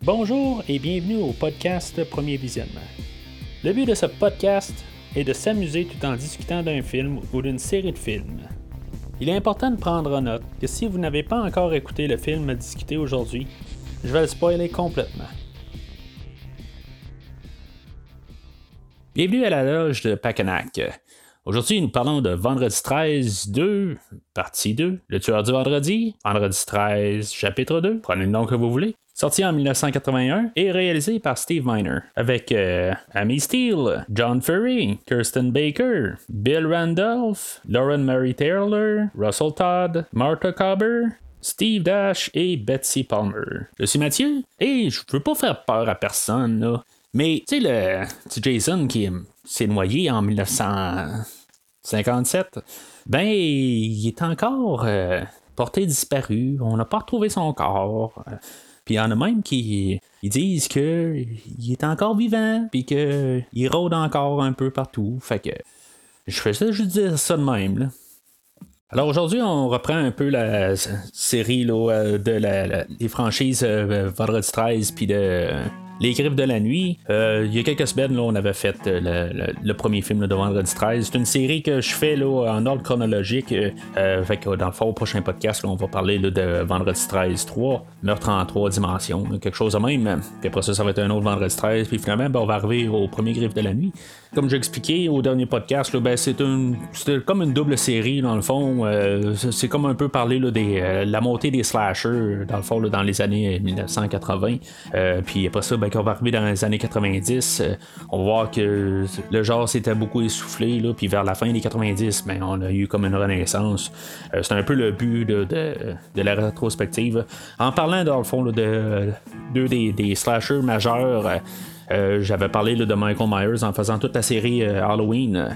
Bonjour et bienvenue au podcast Premier Visionnement. Le but de ce podcast est de s'amuser tout en discutant d'un film ou d'une série de films. Il est important de prendre en note que si vous n'avez pas encore écouté le film à discuter aujourd'hui, je vais le spoiler complètement. Bienvenue à la loge de Packanack. Aujourd'hui, nous parlons de Vendredi 13 2, partie 2, Le tueur du vendredi, Vendredi 13, chapitre 2, prenez le nom que vous voulez. Sorti en 1981 et réalisé par Steve Miner, avec Amy Steele, John Furry, Kirsten Baker, Bill Randolph, Lauren Mary Taylor, Russell Todd, Martha Cobber, Steve Dash et Betsy Palmer. Je suis Mathieu et je veux pas faire peur à personne, là. Mais tu sais, le petit Jason qui s'est noyé en 1957, ben il est encore porté disparu. On n'a pas retrouvé son corps. Puis il y en a même qui disent qu'il est encore vivant, puis qu'il rôde encore un peu partout. Fait que je fais ça, je dis ça de même, là. Alors aujourd'hui, on reprend un peu la série là, des franchises Vendredi 13 puis de Les Griffes de la Nuit. Il y a quelques semaines, là, on avait fait le premier film là, de Vendredi 13. C'est une série que je fais là, en ordre chronologique. Fait que dans le fond, au prochain podcast, là, on va parler là, de Vendredi 13 3, Meurtre en 3 dimensions, là, quelque chose de même. Puis après ça va être un autre Vendredi 13. Puis finalement, ben, on va arriver au premier Griffes de la Nuit. Comme j'ai expliqué au dernier podcast, là, ben, c'est comme une double série dans le fond. C'est comme un peu parler là, la montée des slashers dans le fond là, dans les années 1980. Puis après ça, ben, quand on va arriver dans les années 90, on va voir que le genre s'était beaucoup essoufflé. Là, puis vers la fin des 90, ben, on a eu comme une renaissance. C'est un peu le but de la rétrospective. En parlant dans le fond là, de deux des slashers majeurs. J'avais parlé là, de Michael Myers en faisant toute la série Halloween.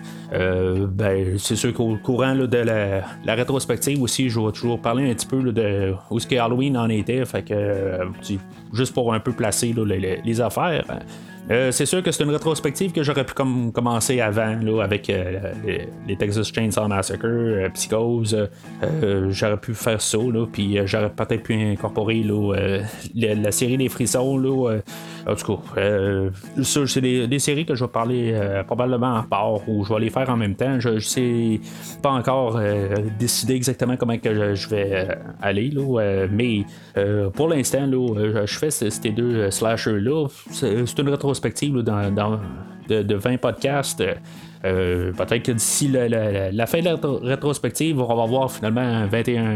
Ben, c'est sûr qu'au courant là, de la rétrospective aussi, je vais toujours parler un petit peu là, de où est-ce que Halloween en était. Fait que juste pour un peu placer là, les affaires. C'est sûr que c'est une rétrospective que j'aurais pu commencer avant là, avec les Texas Chainsaw Massacre, Psychose. J'aurais pu faire ça, puis j'aurais peut-être pu incorporer là, la série des frissons. Là, en tout cas, ça, c'est des séries que je vais parler probablement à part ou je vais les faire en même temps. Je sais pas encore décider exactement comment que je vais aller, là, mais pour l'instant, là, je fais ces deux slashers-là. C'est une rétrospective là, de 20 podcasts. Peut-être que d'ici la fin de la rétrospective, on va voir finalement un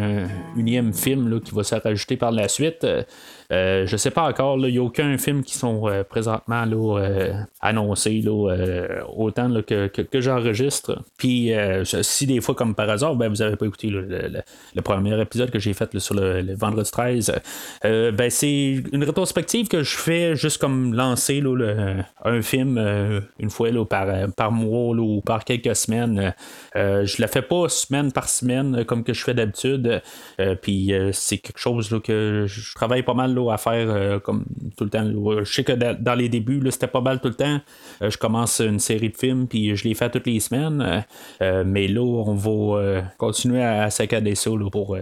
21e film là, qui va se rajouter par la suite. Je sais pas encore, il n'y a aucun film qui sont présentement là, annoncés là, autant là, que j'enregistre. Puis si des fois comme par hasard, ben, vous n'avez pas écouté le premier épisode que j'ai fait là, sur le Vendredi 13, ben, c'est une rétrospective que je fais juste comme lancer là, un film une fois là, par mois là, ou par quelques semaines. Je la fais pas semaine par semaine comme que je fais d'habitude. Puis c'est quelque chose là, que je travaille pas mal là, à faire comme tout le temps. Là. Je sais que dans les débuts, là, c'était pas mal tout le temps. Je commence une série de films puis je les fais toutes les semaines. Mais là, on va continuer à saccader ça là, pour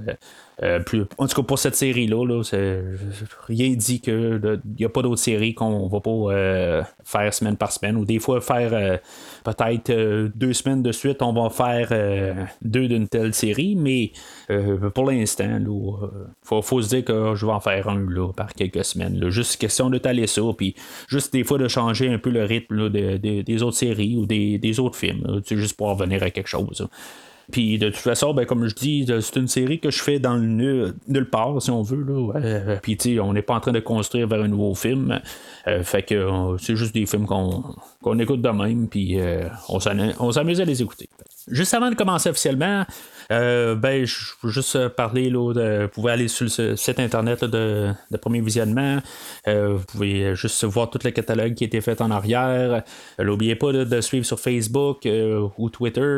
en tout cas pour cette série-là, c'est rien dit qu'il n'y a pas d'autres séries qu'on va pas faire semaine par semaine, ou des fois faire peut-être 2 semaines de suite, on va faire 2 d'une telle série, mais pour l'instant, faut se dire que je vais en faire un là, par quelques semaines. Là. Juste question de taler ça, puis juste des fois de changer un peu le rythme là, des autres séries ou des autres films, là, juste pour revenir à quelque chose. Là. Puis de toute façon, ben, comme je dis, c'est une série que je fais dans le nulle part, si on veut. Là. Puis on n'est pas en train de construire vers un nouveau film. Fait que c'est juste des films qu'on écoute de même, puis on s'amuse à les écouter. Juste avant de commencer officiellement, ben, je veux juste parler, là, vous pouvez aller sur le site internet là, de Premier Visionnement. Vous pouvez juste voir tout le catalogue qui a été fait en arrière. N'oubliez pas là, de suivre sur Facebook ou Twitter.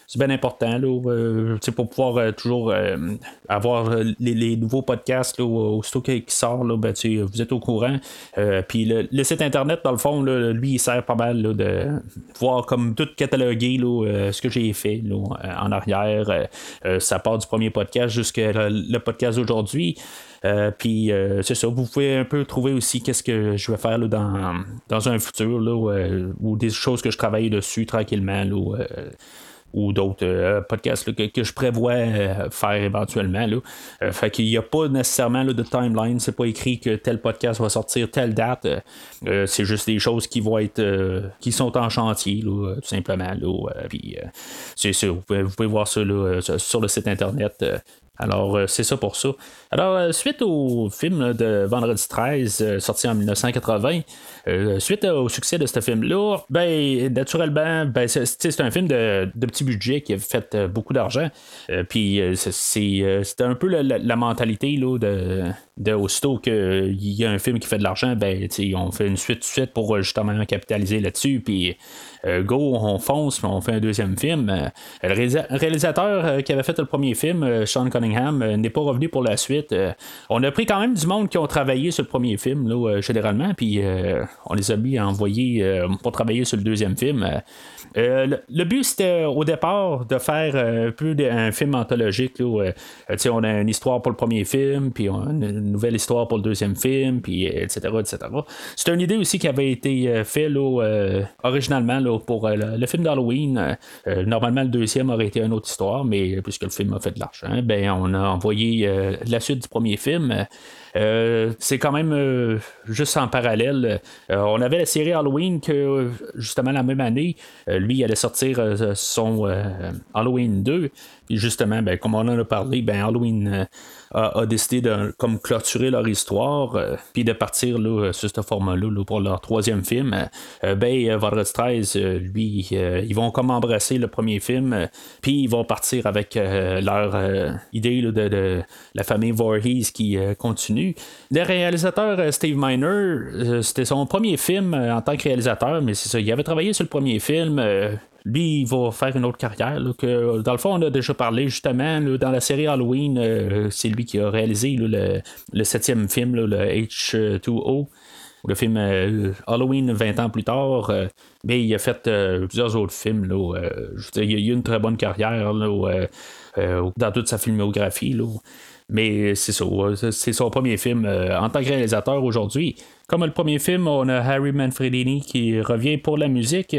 c'est bien important là, pour pouvoir toujours avoir les nouveaux podcasts là, aussitôt qui sort, là, ben, vous êtes au courant. Puis le site internet, dans le fond, là, lui, il sert pas mal là, de voir comme tout cataloguer là, ce que j'ai fait là, en arrière. Ça part du premier podcast jusqu'à le podcast d'aujourd'hui. Puis c'est ça, vous pouvez un peu trouver aussi qu'est-ce que je vais faire là, dans un futur là, ou des choses que je travaille dessus tranquillement là, ou d'autres podcasts là, que je prévois faire éventuellement. Là. Fait qu'il n'y a pas nécessairement là, de timeline, c'est pas écrit que tel podcast va sortir telle date. C'est juste des choses qui vont être qui sont en chantier, là, tout simplement. Puis c'est ça, vous pouvez voir ça là, sur le site internet. Alors, c'est ça pour ça. Alors, suite au film là, de Vendredi 13, sorti en 1980, suite au succès de ce film-là, ben, naturellement, ben, c'est un film de petit budget qui a fait beaucoup d'argent. Puis, c'était un peu la mentalité là, de aussitôt qu'il y a un film qui fait de l'argent, ben, on fait une suite pour justement capitaliser là-dessus. Puis, go, on fonce, on fait un deuxième film. Le réalisateur qui avait fait le premier film, Sean Cunningham, n'est pas revenu pour la suite. On a pris quand même du monde qui ont travaillé sur le premier film, là, généralement, puis on les a mis à envoyer pour travailler sur le deuxième film. Le but, c'était au départ de faire un peu un film anthologique. Là, on a une histoire pour le premier film, puis on a une nouvelle histoire pour le deuxième film, puis etc. C'est une idée aussi qui avait été faite originalement là, pour le film d'Halloween. Normalement, le deuxième aurait été une autre histoire, mais puisque le film a fait de l'argent, ben, on a envoyé la suite du premier film. C'est quand même juste en parallèle. On avait la série Halloween que justement la même année, lui il allait sortir son Halloween 2. Et justement, ben, comme on en a parlé, ben, Halloween a décidé de comme clôturer leur histoire puis de partir là, sur ce format-là là, pour leur troisième film. Ben, Vendredi 13, lui, ils vont comme embrasser le premier film puis ils vont partir avec leur idée là, de la famille Voorhees qui continue. Le réalisateur Steve Miner, c'était son premier film en tant que réalisateur, mais c'est ça, il avait travaillé sur le premier film. Lui, il va faire une autre carrière. Là, que, dans le fond, on a déjà parlé justement là, dans la série Halloween. C'est lui qui a réalisé là, le septième film, là, le H2O. Le film Halloween 20 ans plus tard. Mais il a fait plusieurs autres films. Là, je veux dire, il a eu une très bonne carrière là, dans toute sa filmographie. Là. Mais c'est ça, c'est son premier film en tant que réalisateur aujourd'hui. Comme le premier film, on a Harry Manfredini qui revient pour la musique.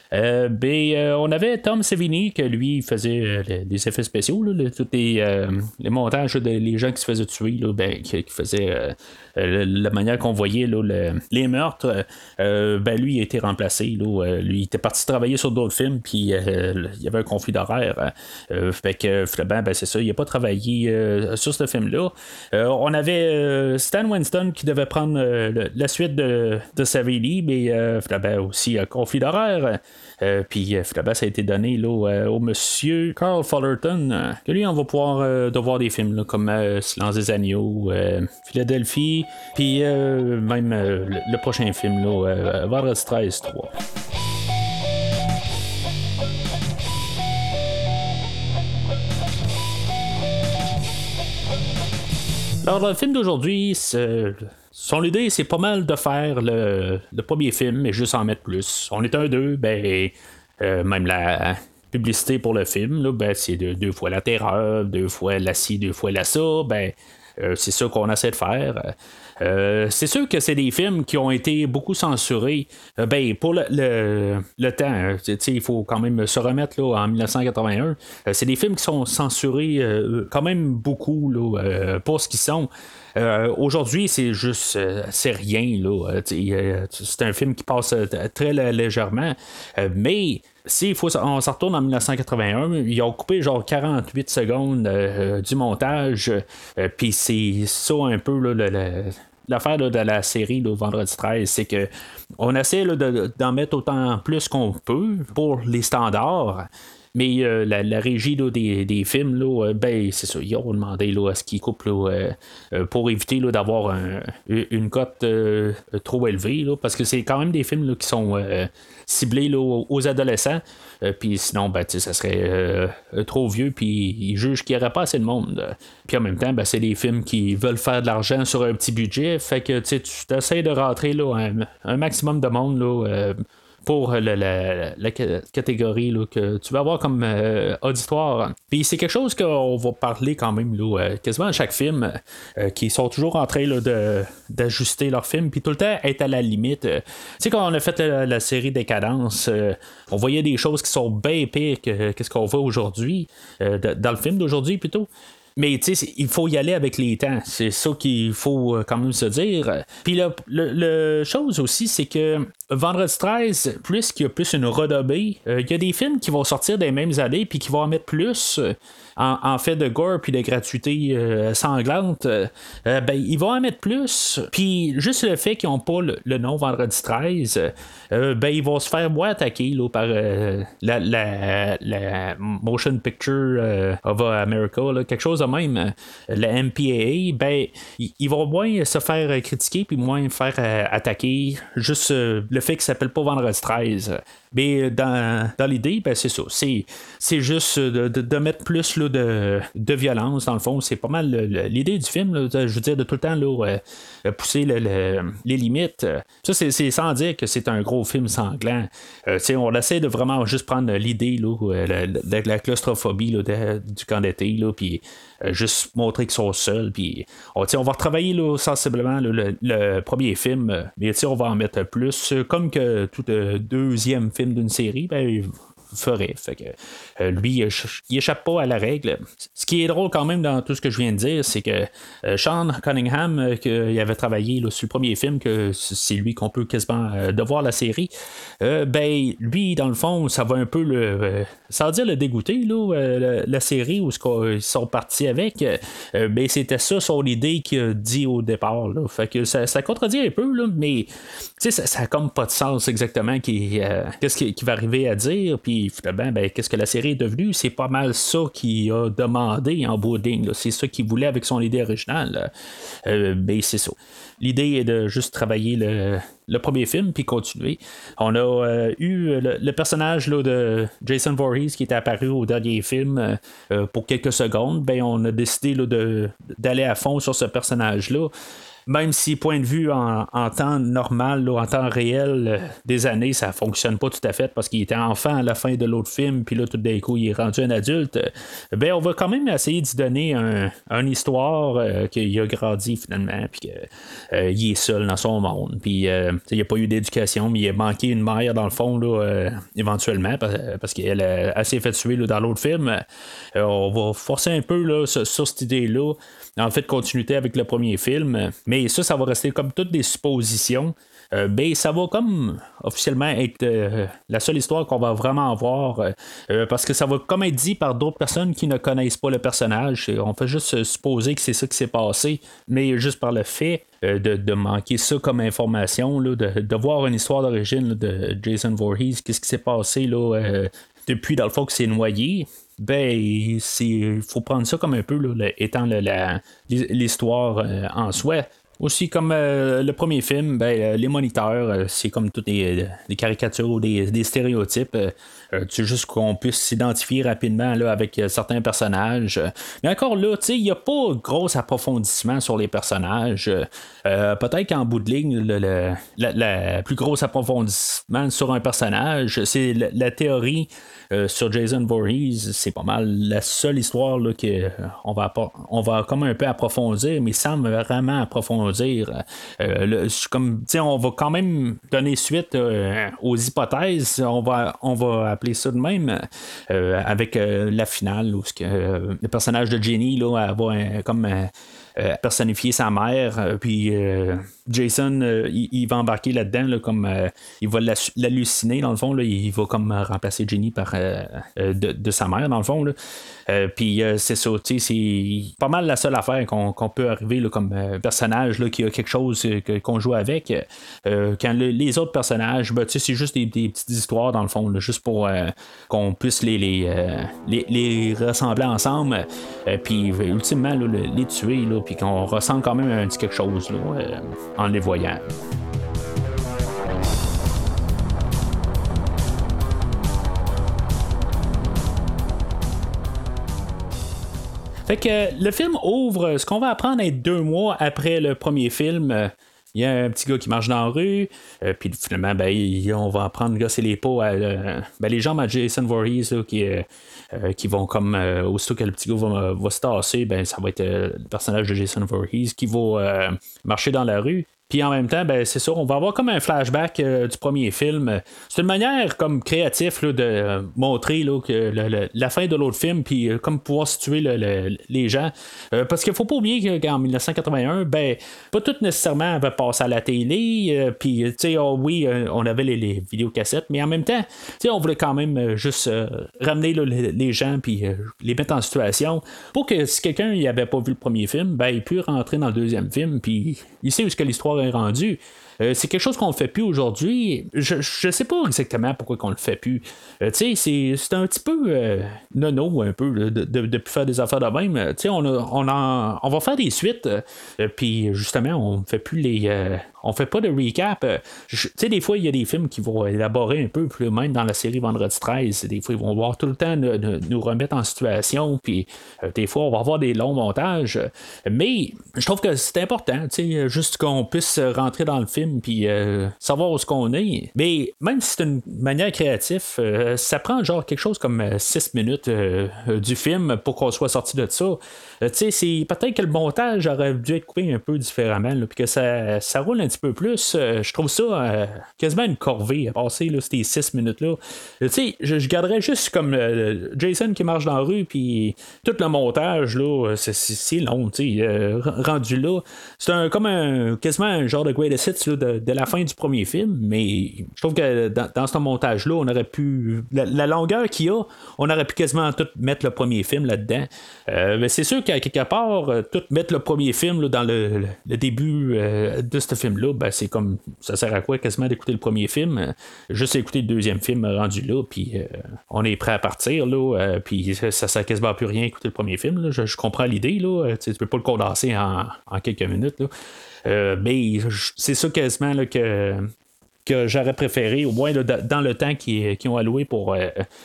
On avait Tom Savini que lui faisait les effets spéciaux, là, tous les montages des gens qui se faisaient tuer, là, ben, qui faisaient la manière qu'on voyait là, les meurtres. Ben, lui il a été remplacé. Là, lui il était parti travailler sur d'autres films, puis il y avait un conflit d'horaire. Fait que finalement, ben, c'est ça, il n'a pas travaillé sur ce film-là. On avait Stan Winston qui devait prendre la suite de Savini, mais finalement aussi un conflit d'horaire. Puis finalement, ça a été donné là, au monsieur Carl Fullerton, que lui, on va pouvoir devoir des films là, comme Silence des agneaux, Philadelphie, puis même le prochain film, là, Vendredi 13 3. Alors, le film d'aujourd'hui, son idée, c'est pas mal de faire le premier film, mais juste en mettre plus. On est un deux, ben, même la publicité pour le film, là, ben, c'est deux fois la terreur, deux fois la ci, deux fois la ça, ben, c'est ça qu'on essaie de faire. C'est sûr que c'est des films qui ont été beaucoup censurés. Ben, pour le temps, hein, il faut quand même se remettre là, en 1981. C'est des films qui sont censurés quand même beaucoup là, pour ce qu'ils sont. Aujourd'hui, c'est juste, c'est rien. Là, c'est un film qui passe très légèrement. Mais s'il faut, on s'en retourne en 1981, ils ont coupé genre 48 secondes du montage. Puis c'est ça un peu là, l'affaire là, de la série là, Vendredi 13, c'est que on essaie là, d'en mettre autant plus qu'on peut pour les standards. Mais la régie là, des films, là, ben c'est ça, ils ont demandé là, à ce qu'ils coupent là, pour éviter là, d'avoir une cote trop élevée, là, parce que c'est quand même des films là, qui sont ciblés là, aux adolescents. Puis sinon, ben, ça serait trop vieux, puis ils jugent qu'il n'y aurait pas assez de monde. Puis en même temps, ben, c'est des films qui veulent faire de l'argent sur un petit budget, fait que tu essaies de rentrer là, un maximum de monde là, pour la catégorie là, que tu vas avoir comme auditoire. Puis c'est quelque chose qu'on va parler quand même là, quasiment à chaque film, qui sont toujours en train là, d'ajuster leur film, puis tout le temps être à la limite. Tu sais, quand on a fait la série Décadence, on voyait des choses qui sont bien pires que ce qu'on voit aujourd'hui, dans le film d'aujourd'hui plutôt. Mais tu sais, il faut y aller avec les temps. C'est ça qu'il faut quand même se dire. Puis le chose aussi, c'est que Vendredi 13, plus qu'il y a plus une redobée, il y a des films qui vont sortir des mêmes années puis qui vont en mettre plus en fait de gore puis de gratuité sanglante. Ben, ils vont en mettre plus. Puis juste le fait qu'ils n'ont pas le nom Vendredi 13, ben, ils vont se faire attaquer là, par la Motion Picture of America, là, quelque chose de même, la MPAA, ben, ils vont moins se faire critiquer puis moins faire attaquer. Juste le fait qu'il s'appelle pas Vendredi 13. Mais dans l'idée, ben, c'est ça. C'est juste de mettre plus là, de violence, dans le fond. C'est pas mal l'idée du film, là, je veux dire, de tout le temps là, pousser les limites. Ça, c'est sans dire que c'est un gros film sanglant. On essaie de vraiment juste prendre l'idée là, la claustrophobie là, du camp d'été, puis juste montrer qu'ils sont seuls. Puis on va retravailler là, sensiblement là, le premier film, mais on va en mettre plus. Comme que tout deuxième film d'une série, ben, il ferait. Fait que lui, il échappe pas à la règle. Ce qui est drôle quand même dans tout ce que je viens de dire, c'est que Sean Cunningham, qu'il avait travaillé là, sur le premier film, que c'est lui qu'on peut quasiment devoir la série, ben lui, dans le fond, ça va un peu sans dire le dégoûter, là, la série où ils sont partis avec, ben c'était ça son idée qu'il a dit au départ. Là. Fait que ça contredit un peu, là, mais ça a comme pas de sens exactement qu'est-ce qu'il va arriver à dire, puis finalement, ben, qu'est-ce que la série est devenue, c'est pas mal ça qu'il a demandé en bout de ligne, là. C'est ça qu'il voulait avec son idée originale. Ben, c'est ça. L'idée est de juste travailler le premier film puis continuer. On a eu le personnage là, de Jason Voorhees qui était apparu au dernier film pour quelques secondes. Ben, on a décidé là, d'aller à fond sur ce personnage-là. Même si, point de vue en temps normal, là, en temps réel des années, ça fonctionne pas tout à fait parce qu'il était enfant à la fin de l'autre film, puis là, tout d'un coup, il est rendu un adulte. Ben, on va quand même essayer d'y donner une histoire qu'il a grandi finalement, puis qu'il est seul dans son monde. Puis il n'y a pas eu d'éducation, mais il a manqué une mère dans le fond, là, éventuellement, parce qu'elle s'est fait tuer là, dans l'autre film. On va forcer un peu là, sur cette idée-là. En fait, continuité avec le premier film. Mais ça va rester comme toutes des suppositions. Ben, ça va comme officiellement être la seule histoire qu'on va vraiment avoir, parce que ça va comme être dit par d'autres personnes qui ne connaissent pas le personnage. On fait juste supposer que c'est ça qui s'est passé, mais juste par le fait de manquer ça comme information, là, de voir une histoire d'origine là, de Jason Voorhees, qu'est-ce qui s'est passé là, depuis dans le fond que c'est noyé. Ben, il faut prendre ça comme un peu là, étant l'histoire en soi. Aussi, comme le premier film, ben, les moniteurs, c'est comme toutes des caricatures ou des stéréotypes. C'est juste qu'on puisse s'identifier rapidement là, avec certains personnages. Mais encore là, il n'y a pas gros approfondissement sur les personnages. Peut-être qu'en bout de ligne, le plus gros approfondissement sur un personnage, c'est la théorie sur Jason Voorhees. C'est pas mal la seule histoire là, qu'on va comme un peu approfondir, mais sans vraiment approfondir. On va quand même donner suite aux hypothèses. On va appeler ça de même avec la finale où le personnage de Jenny là, elle va comme personnifier sa mère. Puis Jason, il va embarquer là-dedans, là, comme il va l'halluciner, dans le fond. Là, il va comme remplacer Jenny par de sa mère, dans le fond. Puis c'est ça, c'est pas mal la seule affaire qu'on peut arriver là, comme personnage là, qui a quelque chose qu'on joue avec. Quand les autres personnages, ben, c'est juste des petites histoires, dans le fond, là, juste pour qu'on puisse les rassembler ensemble. Puis ultimement, là, les tuer, puis qu'on ressent quand même un petit quelque chose là, en les voyant. Fait que le film ouvre ce qu'on va apprendre à être 2 mois après le premier film. Il y a un petit gars qui marche dans la rue, puis finalement, on va apprendre à gosser les pots à les jambes à Jason Voorhees là, qui vont comme aussitôt que le petit gars va se tasser, ça va être le personnage de Jason Voorhees qui va marcher dans la rue. Puis en même temps, c'est ça, on va avoir comme un flashback du premier film. C'est une manière comme créative là, de montrer là, que la fin de l'autre film, puis comme pouvoir situer les gens. Parce qu'il faut pas oublier qu'en 1981, pas tout nécessairement avait passé à la télé. Puis, tu sais, oui, on avait les vidéocassettes, mais en même temps, tu sais, on voulait quand même juste ramener là, les gens, puis les mettre en situation pour que si quelqu'un n'avait pas vu le premier film, il peut rentrer dans le deuxième film, puis il sait où est-ce que l'histoire est rendue. C'est quelque chose qu'on ne fait plus aujourd'hui. Je sais pas exactement pourquoi qu'on le fait plus. Tu sais, c'est un petit peu nono un peu là, de plus faire des affaires de même. Tu sais, on va faire des suites. Puis justement, on fait plus on fait pas de recap. Tu sais, des fois, il y a des films qui vont élaborer un peu, plus même dans la série Vendredi 13. Des fois, ils vont voir tout le temps nous remettre en situation. Puis des fois, on va avoir des longs montages. Mais je trouve que c'est important, tu sais, juste qu'on puisse rentrer dans le film puis savoir où est-ce qu'on est. Mais même si c'est une manière créative, ça prend genre quelque chose comme 6 minutes du film pour qu'on soit sorti de ça. Tu sais, c'est peut-être que le montage aurait dû être coupé un peu différemment, puis que ça roule un petit peu plus. Je trouve ça quasiment une corvée à passer là, ces 6 minutes-là. Tu sais, je garderais juste comme Jason qui marche dans la rue, puis tout le montage, là, c'est long, tu sais, rendu là. C'est comme quasiment un genre de greatest hits là, de la fin du premier film, mais je trouve que dans ce montage-là, on aurait pu. La longueur qu'il y a, on aurait pu quasiment tout mettre le premier film là-dedans. Mais c'est sûr qu'à quelque part, tout mettre le premier film là, dans le début de ce film-là, c'est comme. Ça sert à quoi quasiment d'écouter le premier film? Juste écouter le deuxième film rendu là, puis on est prêt à partir, là, puis ça sert quasiment plus rien écouter le premier film. Là. Je comprends l'idée, là. Tu peux pas le condenser en quelques minutes, là. Mais c'est ça quasiment là, que j'aurais préféré, au moins là, dans le temps qu'ils ont alloué pour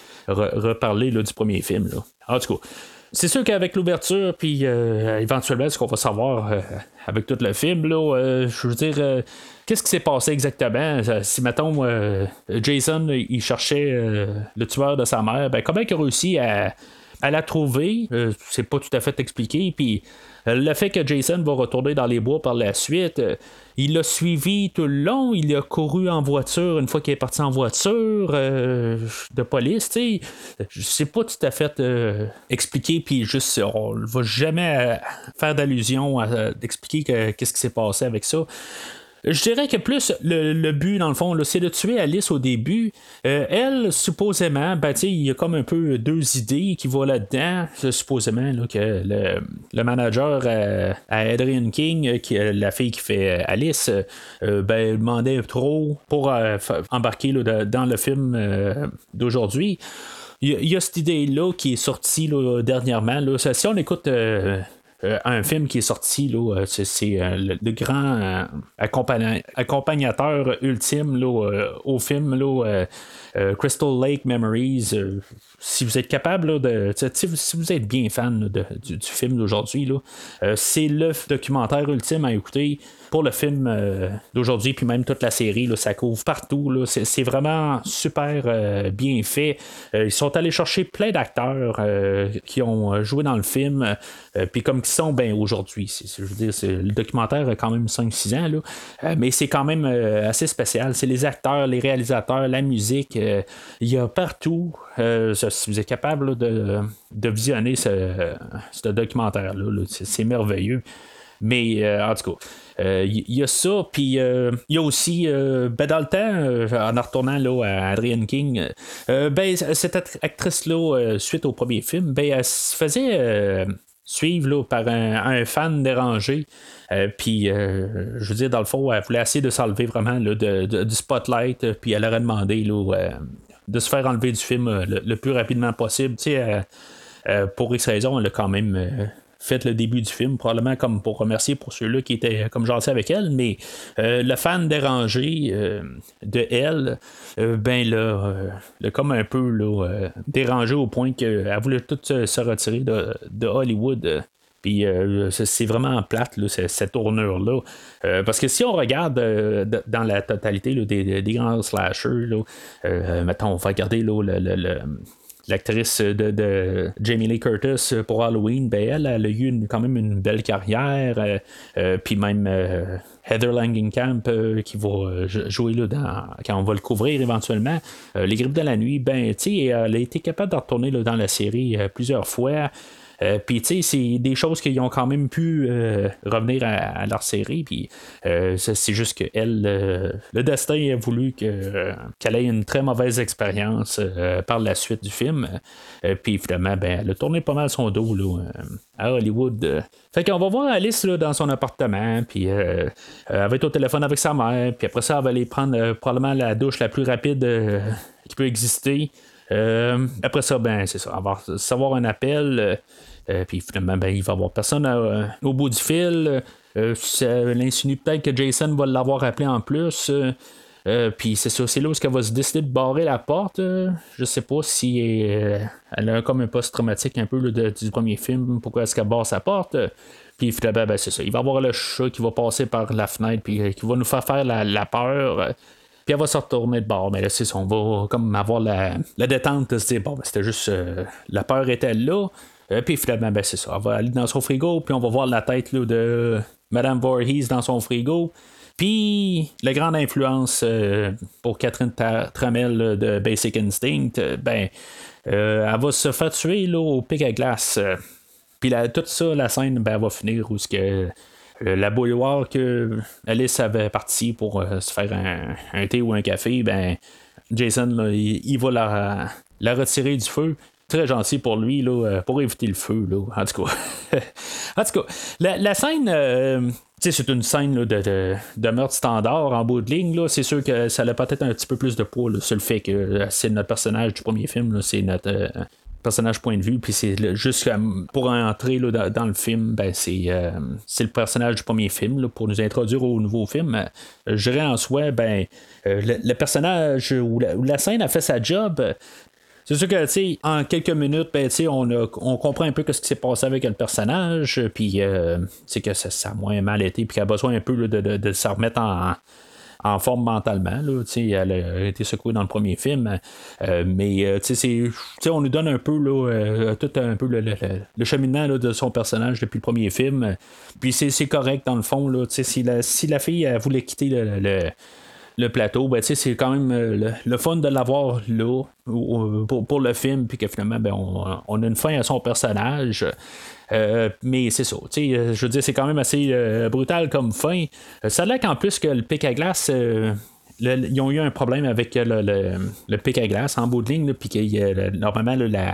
reparler là, du premier film. Là. En tout cas, c'est sûr qu'avec l'ouverture, puis éventuellement, ce qu'on va savoir avec tout le film, là, je veux dire, qu'est-ce qui s'est passé exactement? Si, mettons, Jason, il cherchait le tueur de sa mère, comment il a réussi à la trouver? C'est pas tout à fait expliqué, puis le fait que Jason va retourner dans les bois par la suite, il l'a suivi tout le long, il a couru en voiture une fois qu'il est parti en voiture de police, tu sais. C'est pas tout à fait expliqué, puis juste, on ne va jamais faire d'allusion à d'expliquer qu'est-ce qui s'est passé avec ça. Je dirais que plus le but, dans le fond, là, c'est de tuer Alice au début. Elle, supposément, il y a comme un peu deux idées qui vont là-dedans. Supposément là, que le manager à Adrian King, qui est la fille qui fait Alice, demandait trop pour embarquer là, dans le film d'aujourd'hui. Il y a cette idée-là qui est sortie là, dernièrement. Là. Si on écoute un film qui est sorti, là, c'est le grand accompagnateur ultime là, au film là, Crystal Lake Memories. Si vous êtes capable là, si vous êtes bien fan là, du film d'aujourd'hui, là, c'est le documentaire ultime à écouter pour le film d'aujourd'hui, puis même toute la série, là, ça couvre partout. Là, c'est vraiment super bien fait. Ils sont allés chercher plein d'acteurs qui ont joué dans le film, puis comme qui sont aujourd'hui. Je veux dire, le documentaire a quand même 5-6 ans, là, mais c'est quand même assez spécial. C'est les acteurs, les réalisateurs, la musique. Il y a partout. Si vous êtes capable là, de visionner ce documentaire-là, c'est merveilleux. Mais en tout cas, il y a ça, puis il y a aussi, dans le temps, en retournant là, à Adrienne King, cette actrice-là, suite au premier film, elle se faisait suivre là, par un fan dérangé. Puis, je veux dire, dans le fond, elle voulait essayer de s'enlever vraiment là, du spotlight, puis elle aurait demandé là, de se faire enlever du film le plus rapidement possible. Tu sais, pour X raison, elle a quand même fait le début du film, probablement comme pour remercier pour ceux-là qui étaient comme jassés avec elle, mais le fan dérangé de elle, l'a comme un peu là, dérangé au point qu'elle voulait tout se retirer de Hollywood. Puis c'est vraiment plate, là, cette tournure-là. Parce que si on regarde dans la totalité là, des grands slashers, là, mettons, on va regarder là, l'actrice de Jamie Lee Curtis pour Halloween, elle a eu quand même une belle carrière. Puis même Heather Langenkamp qui va jouer là, quand on va le couvrir éventuellement. Les Griffes de la nuit, elle a été capable de retourner là, dans la série plusieurs fois. Puis, tu sais, c'est des choses qu'ils ont quand même pu revenir à leur série. Puis, c'est juste que elle, le destin a voulu qu'elle ait une très mauvaise expérience par la suite du film. Puis, finalement, elle a tourné pas mal son dos là, à Hollywood. Fait qu'on va voir Alice là, dans son appartement. Puis, elle va être au téléphone avec sa mère. Puis, après ça, elle va aller prendre probablement la douche la plus rapide qui peut exister. Après ça, c'est ça. Elle va recevoir un appel. Puis finalement, il va y avoir personne au bout du fil. Ça l'insinue peut-être que Jason va l'avoir appelé en plus. Puis c'est ça, c'est là où elle va se décider de barrer la porte. Je sais pas si elle a comme un post-traumatique un peu là, du premier film. Pourquoi est-ce qu'elle barre sa porte? Puis finalement, c'est ça. Il va y avoir le chat qui va passer par la fenêtre puis qui va nous faire la peur. Puis elle va se retourner de bord. Mais là, c'est ça, on va comme avoir la détente de se dire, c'était juste la peur était là. Puis finalement, c'est ça. Elle va aller dans son frigo, puis on va voir la tête là, de Madame Voorhees dans son frigo. Puis la grande influence pour Catherine Tramell de Basic Instinct, elle va se faire tuer là, au pic à glace. Puis tout ça, la scène, elle va finir où ce que la bouilloire que Alice avait parti pour se faire un thé ou un café, Jason, là, il va la retirer du feu. Très gentil pour lui, là, pour éviter le feu. Là, en tout cas, la scène, c'est une scène là, de meurtre standard en bout de ligne. Là, c'est sûr que ça a peut-être un petit peu plus de poids là, sur le fait que c'est notre personnage du premier film. Là, c'est notre personnage point de vue. Puis c'est juste pour entrer là, dans le film, c'est le personnage du premier film là, pour nous introduire au nouveau film. Je dirais en soi, le personnage ou la scène a fait sa job. C'est sûr que, tu sais, en quelques minutes, on comprend un peu ce qui s'est passé avec le personnage, puis c'est que ça a moins mal été, puis qu'elle a besoin un peu là, de se remettre en forme mentalement. Là, elle a été secouée dans le premier film, mais on nous donne un peu là, tout un peu le cheminement là, de son personnage depuis le premier film. Puis c'est correct dans le fond. Là, si la fille elle voulait quitter le plateau, c'est quand même le fun de l'avoir là pour le film, puis que finalement on a une fin à son personnage. Mais c'est ça, je veux dire, c'est quand même assez brutal comme fin. Ça a l'air qu'en plus que le pic à glace, ils ont eu un problème avec le pic à glace en bout de ligne, puis que normalement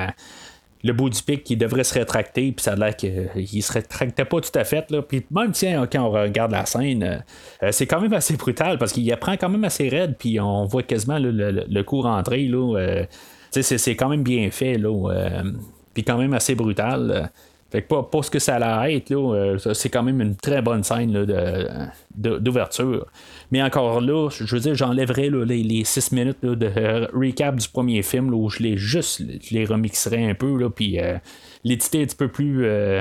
le bout du pic qui devrait se rétracter, puis ça a l'air qu'il se rétractait pas tout à fait. Là. Puis même quand on regarde la scène, c'est quand même assez brutal parce qu'il apprend quand même assez raide, puis on voit quasiment le coup rentrer. Là, c'est quand même bien fait, là, puis quand même assez brutal. Fait que pas ce que ça allait être, là, c'est quand même une très bonne scène là, d'ouverture. Mais encore là, je veux dire, j'enlèverais là, les 6 minutes là, de recap du premier film là, où je les remixerais un peu, là, puis l'éditer un petit peu plus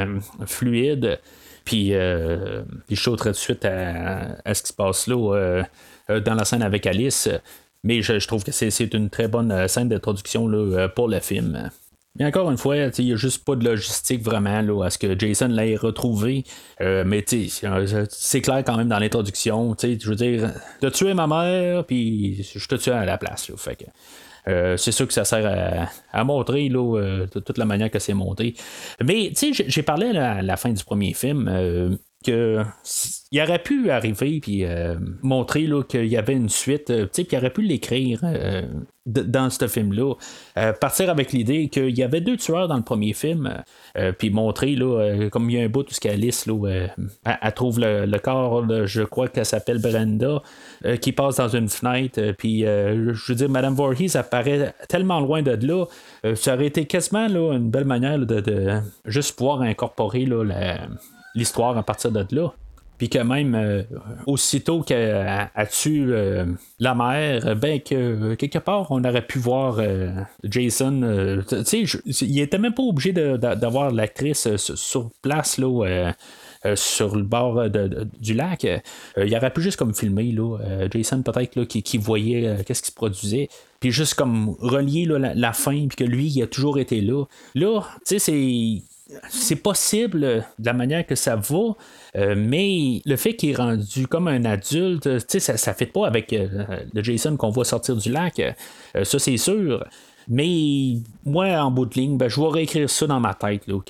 fluide. Puis je sauterais tout de suite à ce qui se passe là dans la scène avec Alice. Mais je trouve que c'est une très bonne scène d'introduction là, pour le film. Mais encore une fois, il n'y a juste pas de logistique vraiment là, à ce que Jason l'ait retrouvé. Mais c'est clair quand même dans l'introduction. Je veux dire, t'as tué ma mère, puis je te tue à la place. Là, fait que, c'est sûr que ça sert à montrer là, de toute la manière que c'est monté. Mais j'ai parlé à la fin du premier film que il aurait pu arriver puis montrer là, qu'il y avait une suite, puis il aurait pu l'écrire dans ce film-là. Partir avec l'idée qu'il y avait 2 tueurs dans le premier film, puis montrer là, comme il y a un bout où Alice là, elle trouve le corps, là, je crois qu'elle s'appelle Brenda, qui passe dans une fenêtre, puis je veux dire, Madame Voorhees apparaît tellement loin de là, ça aurait été quasiment là, une belle manière là, de juste pouvoir incorporer là, l'histoire à partir de là. Puis que même aussitôt qu'elle tue la mère, ben que quelque part on aurait pu voir Jason. Tu sais, il était même pas obligé d'avoir l'actrice sur place là. Sur le bord du lac, il aurait pu juste comme filmer là, Jason peut-être là, qui voyait qu'est-ce qui se produisait, puis juste comme relier là, la fin, puis que lui il a toujours été là. Là, tu sais, c'est possible de la manière que ça va, mais le fait qu'il est rendu comme un adulte, ça ne fit pas avec le Jason qu'on voit sortir du lac, ça c'est sûr. Mais moi, en bout de ligne, ben, je vais réécrire ça dans ma tête, là,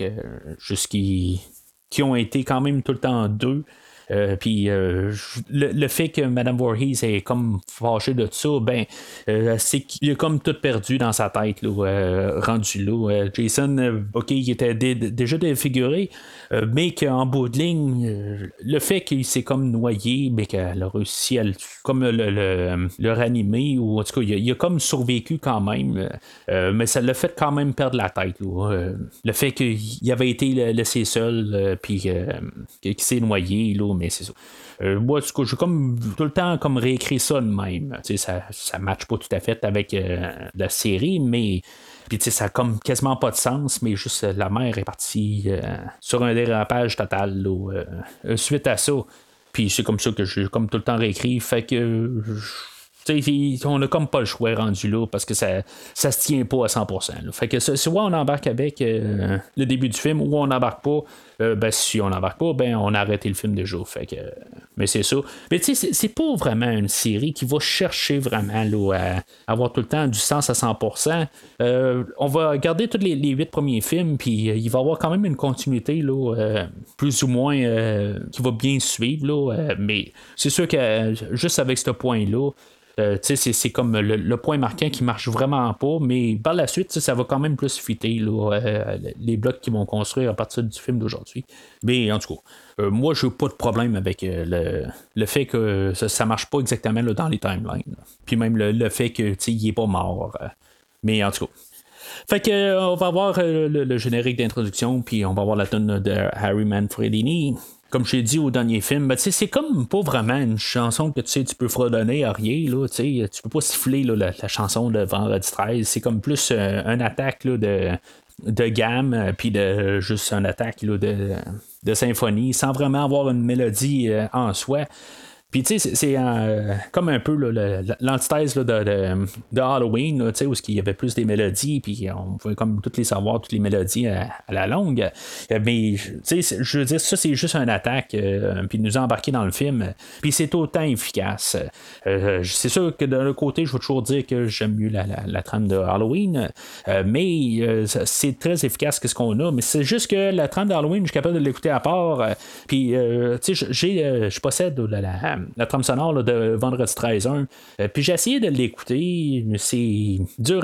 qui ont été quand même tout le temps 2. Puis le fait que Madame Voorhees est comme fâchée de ça, ben c'est qu'il a comme tout perdu dans sa tête là, rendu là. Jason, ok, il était déjà défiguré, mais qu'en bout de ligne, le fait qu'il s'est comme noyé, mais qu'elle a réussi à comme le ranimer, ou en tout cas, il a comme survécu quand même, mais ça l'a fait quand même perdre la tête. Là. Le fait qu'il avait été laissé seul, puis qu'il s'est noyé, là, mais c'est ça. Moi, du coup, j'ai comme tout le temps comme réécrit ça de même. Ça ne matche pas tout à fait avec la série, mais puis ça a comme quasiment pas de sens, mais juste la mère est partie sur un dérapage total là, suite à ça. Puis c'est comme ça que j'ai comme tout le temps réécrit. Fait que on n'a comme pas le choix rendu là parce que ça se tient pas à 100%. Là. Fait que soit on embarque avec le début du film ou on n'embarque pas. Ben si on n'embarque pas, ben on a arrêté le film déjà. Fait que, mais c'est ça. Mais tu sais, c'est pas vraiment une série qui va chercher vraiment là, à avoir tout le temps du sens à 100%. On va garder tous les 8 premiers films, puis il va y avoir quand même une continuité là, plus ou moins qui va bien suivre. Là, mais c'est sûr que juste avec ce point-là, c'est comme le point marquant qui marche vraiment pas, mais par la suite, ça va quand même plus fitter là, les blocs qu'ils vont construire à partir du film d'aujourd'hui. Mais en tout cas, moi, je n'ai pas de problème avec le fait que ça marche pas exactement là, dans les timelines. Là. Puis même le fait qu'il est pas mort. Mais en tout cas. Fait que on va avoir le générique d'introduction, puis on va avoir la tune de Harry Manfredini. Comme je l'ai dit au dernier film, ben, c'est comme pas vraiment une chanson que tu peux fredonner à rien. Là, tu peux pas siffler là, la chanson de Vendredi 13. C'est comme plus une attaque là, de gamme, puis de juste une attaque là, de symphonie, sans vraiment avoir une mélodie en soi. Puis tu sais, c'est comme un peu là, l'antithèse là, de Halloween, là, où il y avait plus des mélodies, puis on pouvait comme toutes les savoir, toutes les mélodies à la longue. Mais tu sais, je veux dire, ça c'est juste une attaque, puis nous embarquer dans le film, puis c'est autant efficace. C'est sûr que d'un autre côté, je vais toujours dire que j'aime mieux la trame de Halloween, mais c'est très efficace que ce qu'on a, mais c'est juste que la trame d'Halloween, je suis capable de l'écouter à part, puis tu sais, je possède la trame sonore là, de Vendredi 13-1. Puis j'ai essayé de l'écouter, mais c'est dur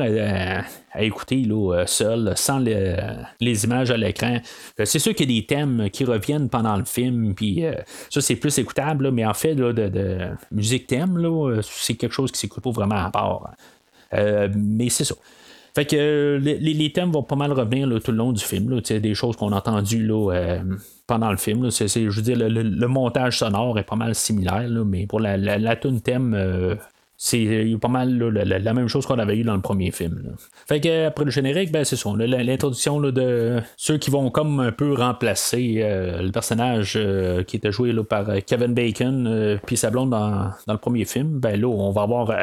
à écouter là, seul, sans les images à l'écran. C'est sûr qu'il y a des thèmes qui reviennent pendant le film, puis ça c'est plus écoutable, là, mais en fait là, de musique thème, là, c'est quelque chose qui s'écoute pas vraiment à part. Mais c'est ça. Fait que les thèmes vont pas mal revenir là, tout le long du film. Là, des choses qu'on a entendues là, pendant le film. Là, je veux dire, le montage sonore est pas mal similaire, là, mais pour la tune thème, c'est pas mal là, la même chose qu'on avait eu dans le premier film. Là. Fait que après le générique, ben c'est ça. L'introduction là, de ceux qui vont comme un peu remplacer le personnage qui était joué là, par Kevin Bacon puis sa blonde dans le premier film. Ben là, on va avoir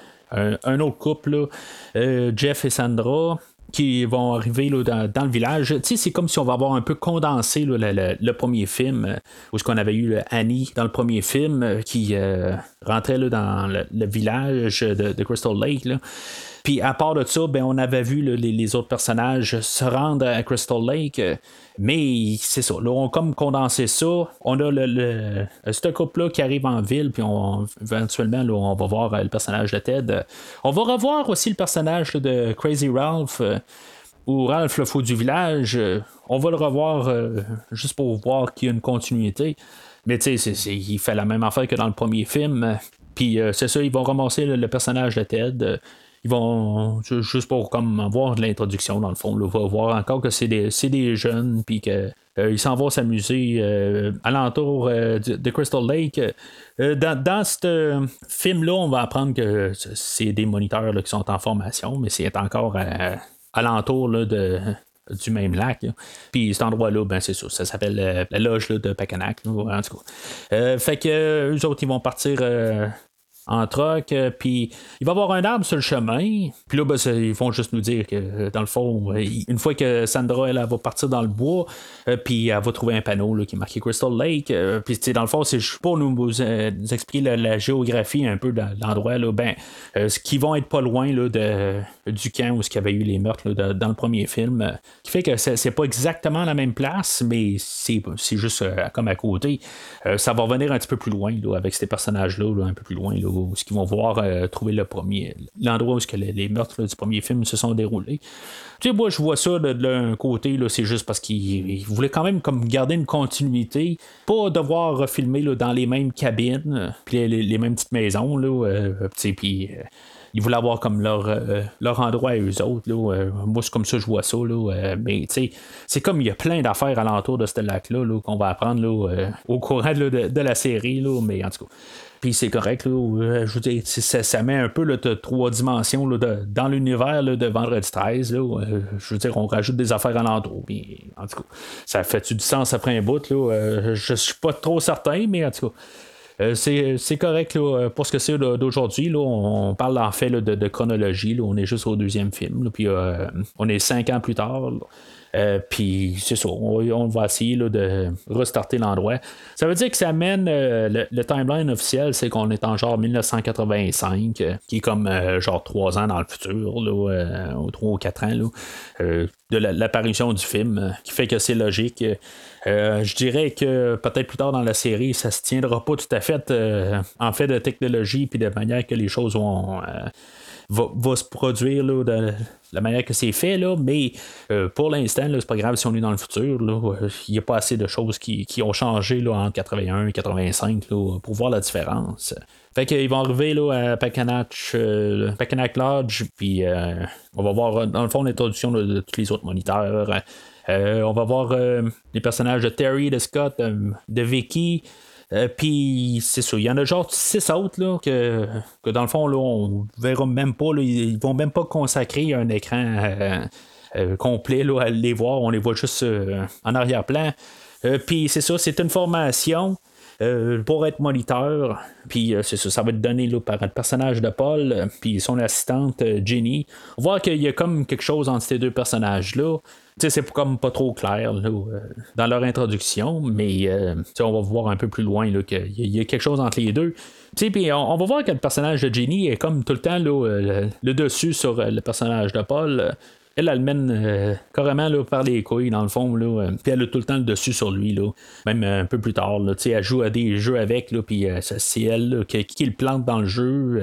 un autre couple, là, Jeff et Sandra, qui vont arriver là, dans le village. C'est comme si on va avoir un peu condensé là, le premier film, où ce qu'on avait eu Annie dans le premier film, qui rentrait là, dans le village de Crystal Lake. Là. Puis à part de ça, ben, on avait vu les autres personnages se rendre à Crystal Lake. Mais c'est ça, là, on comme condensé ça. On a ce couple-là qui arrive en ville, puis éventuellement, là, on va voir le personnage de Ted. On va revoir aussi le personnage là, de Crazy Ralph. Ou Ralph le fou du village, on va le revoir juste pour voir qu'il y a une continuité. Mais tu sais, il fait la même affaire que dans le premier film. Puis c'est ça, ils vont ramasser le personnage de Ted. Ils vont, juste pour comme voir de l'introduction dans le fond, là, on va voir encore que c'est des jeunes, puis que ils s'en vont s'amuser alentour de Crystal Lake. Dans ce film-là, on va apprendre que c'est des moniteurs là, qui sont en formation, mais c'est encore alentour là, du même lac. Là. Puis cet endroit-là, ben c'est ça s'appelle la loge là, de Pacanac, en tout cas. Fait que eux autres, ils vont partir en troc, puis il va y avoir un arbre sur le chemin, puis là, ben, ils vont juste nous dire que, dans le fond, une fois que Sandra, elle va partir dans le bois, puis elle va trouver un panneau là, qui est marqué Crystal Lake, puis dans le fond, c'est juste pour nous expliquer la géographie un peu de l'endroit, là, ben, ce qui vont être pas loin là, du camp où il y avait eu les meurtres là, dans le premier film, qui fait que c'est pas exactement la même place, mais c'est juste comme à côté. Ça va revenir un petit peu plus loin là, avec ces personnages-là, là, un peu plus loin, là, où ils vont voir trouver l'endroit où les meurtres là, du premier film se sont déroulés. Tu sais, moi, je vois ça de l'un côté, là, c'est juste parce qu'ils voulaient quand même comme garder une continuité, pas devoir refilmer là, dans les mêmes cabines, puis les mêmes petites maisons, là, puis ils voulaient avoir comme leur endroit à eux autres. Là. Moi, c'est comme ça que je vois ça. Là. Mais c'est comme il y a plein d'affaires alentour de ce lac-là là, qu'on va apprendre là, au courant là, de la série. Là. Mais en tout cas. Puis c'est correct, là, je veux dire, ça met un peu là, de 3 dimensions là, dans l'univers là, de Vendredi 13. Là, je veux dire, on rajoute des affaires alentour. Puis, en tout cas, ça fait du sens après un bout. Là, je suis pas trop certain, mais en tout cas. C'est correct là, pour ce que c'est là, d'aujourd'hui. Là, on parle en fait là, de chronologie. Là, on est juste au deuxième film. Là, puis on est 5 ans plus tard. Puis c'est ça, on va essayer là, de restarter l'endroit. Ça veut dire que ça amène le timeline officiel, c'est qu'on est en genre 1985, qui est comme genre 3 ans dans le futur, là, ou 3 ou 4 ans là, de l'apparition du film, qui fait que c'est logique. Je dirais que peut-être plus tard dans la série, ça se tiendra pas tout à fait en fait de technologie puis de manière que les choses vont va se produire là, de la manière que c'est fait, là, mais pour l'instant, là, c'est pas grave si on est dans le futur. Il n'y a pas assez de choses qui ont changé là, entre 81 et 85 là, pour voir la différence. Fait qu'ils vont arriver là, à Pacanac Lodge, puis on va voir dans le fond l'introduction de tous les autres moniteurs. On va voir les personnages de Terry, de Scott, de Vicky. Puis c'est ça, il y en a genre 6 autres là, que dans le fond là, on verra même pas, là, ils vont même pas consacrer un écran complet là, à les voir, on les voit juste en arrière-plan. Puis c'est ça, c'est une formation pour être moniteur. Puis c'est ça va être donné là, par le personnage de Paul, puis son assistante Jenny. On voit qu'il y a comme quelque chose entre ces deux personnages-là. T'sais, c'est comme pas trop clair là, dans leur introduction, mais on va voir un peu plus loin là, qu'il y a quelque chose entre les deux. Puis on va voir que le personnage de Jenny est comme tout le temps là, le dessus sur le personnage de Paul. Elle mène carrément là, par les couilles dans le fond, puis elle a tout le temps le dessus sur lui, là. Même un peu plus tard. Là, elle joue à des jeux avec, puis c'est elle là, qui le plante dans le jeu.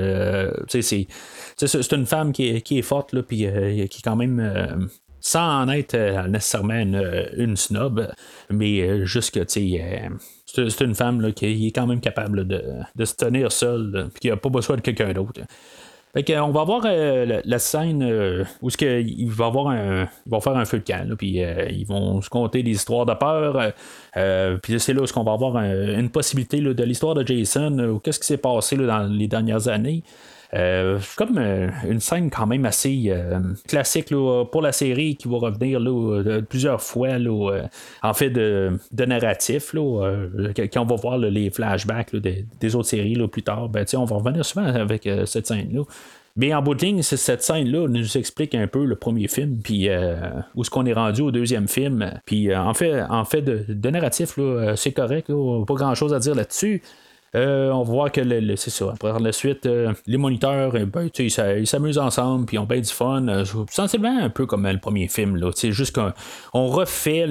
C'est une femme qui est forte, puis qui est quand même. Sans en être nécessairement une snob, mais juste que c'est une femme là, qui est quand même capable de se tenir seule, puis qui n'a pas besoin de quelqu'un d'autre. Fait qu'on va avoir la scène où il va avoir ils vont faire un feu de camp, puis ils vont se conter des histoires de peur. Puis c'est là où on va avoir une possibilité là, de l'histoire de Jason, qu'est-ce qui s'est passé là, dans les dernières années. Comme une scène quand même assez classique là, pour la série qui va revenir là, plusieurs fois là, en fait de narratif là, quand on va voir là, les flashbacks là, des autres séries là, plus tard, ben, on va revenir souvent avec cette scène là. Mais en bout de ligne, cette scène-là nous explique un peu le premier film, puis où est-ce qu'on est rendu au deuxième film. Puis en fait de narratif, là, c'est correct, là, pas grand-chose à dire là-dessus. On va voir que c'est ça. Après la suite, les moniteurs, ils s'amusent ensemble, puis ils ont bien du fun. Sensiblement un peu comme le premier film. Là. C'est juste qu'on refait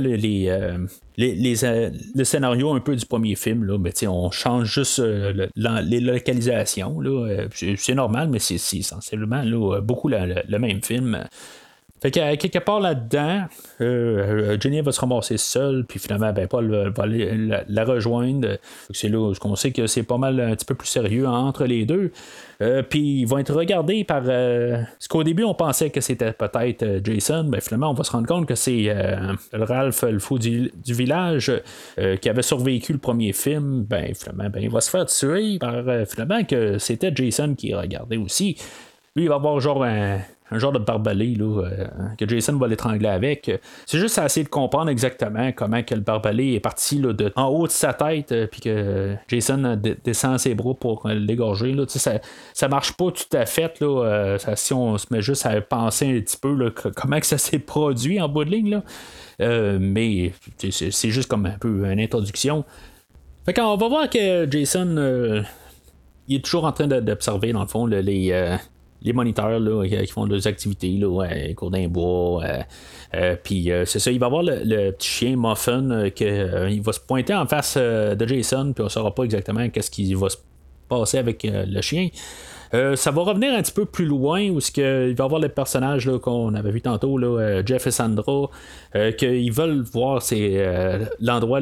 le scénario un peu du premier film, là, mais on change juste les localisations. Là, c'est normal, mais c'est sensiblement là, beaucoup le même film. Fait qu'à quelque part là-dedans, Jenny va se ramasser seule, puis finalement, Paul va aller la rejoindre. C'est là qu'on sait que c'est pas mal un petit peu plus sérieux entre les deux. Puis ils vont être regardés par ce qu'au début on pensait que c'était peut-être Jason, finalement on va se rendre compte que c'est Ralph, le fou du village, qui avait survécu le premier film. Finalement, il va se faire tuer par finalement que c'était Jason qui regardait aussi. Lui, il va avoir genre un genre de barbelé là, que Jason va l'étrangler avec. C'est juste à essayer de comprendre exactement comment que le barbelé est parti là, en haut de sa tête, puis que Jason descend ses bras pour l'égorger. Là. Ça marche pas tout à fait. Là, si on se met juste à penser un petit peu là, comment que ça s'est produit en bout de ligne. Là. Mais c'est juste comme un peu une introduction. Fait qu'on va voir que Jason il est toujours en train d'observer dans le fond les moniteurs là, qui font des activités, là, cours d'un bois. Puis c'est ça, il va voir le petit chien Muffin il va se pointer en face de Jason, puis on ne saura pas exactement qu'est-ce qui va se passer avec le chien. Ça va revenir un petit peu plus loin où il va y avoir les personnages là, qu'on avait vu tantôt, là, Jeff et Sandra, qu'ils veulent voir l'endroit,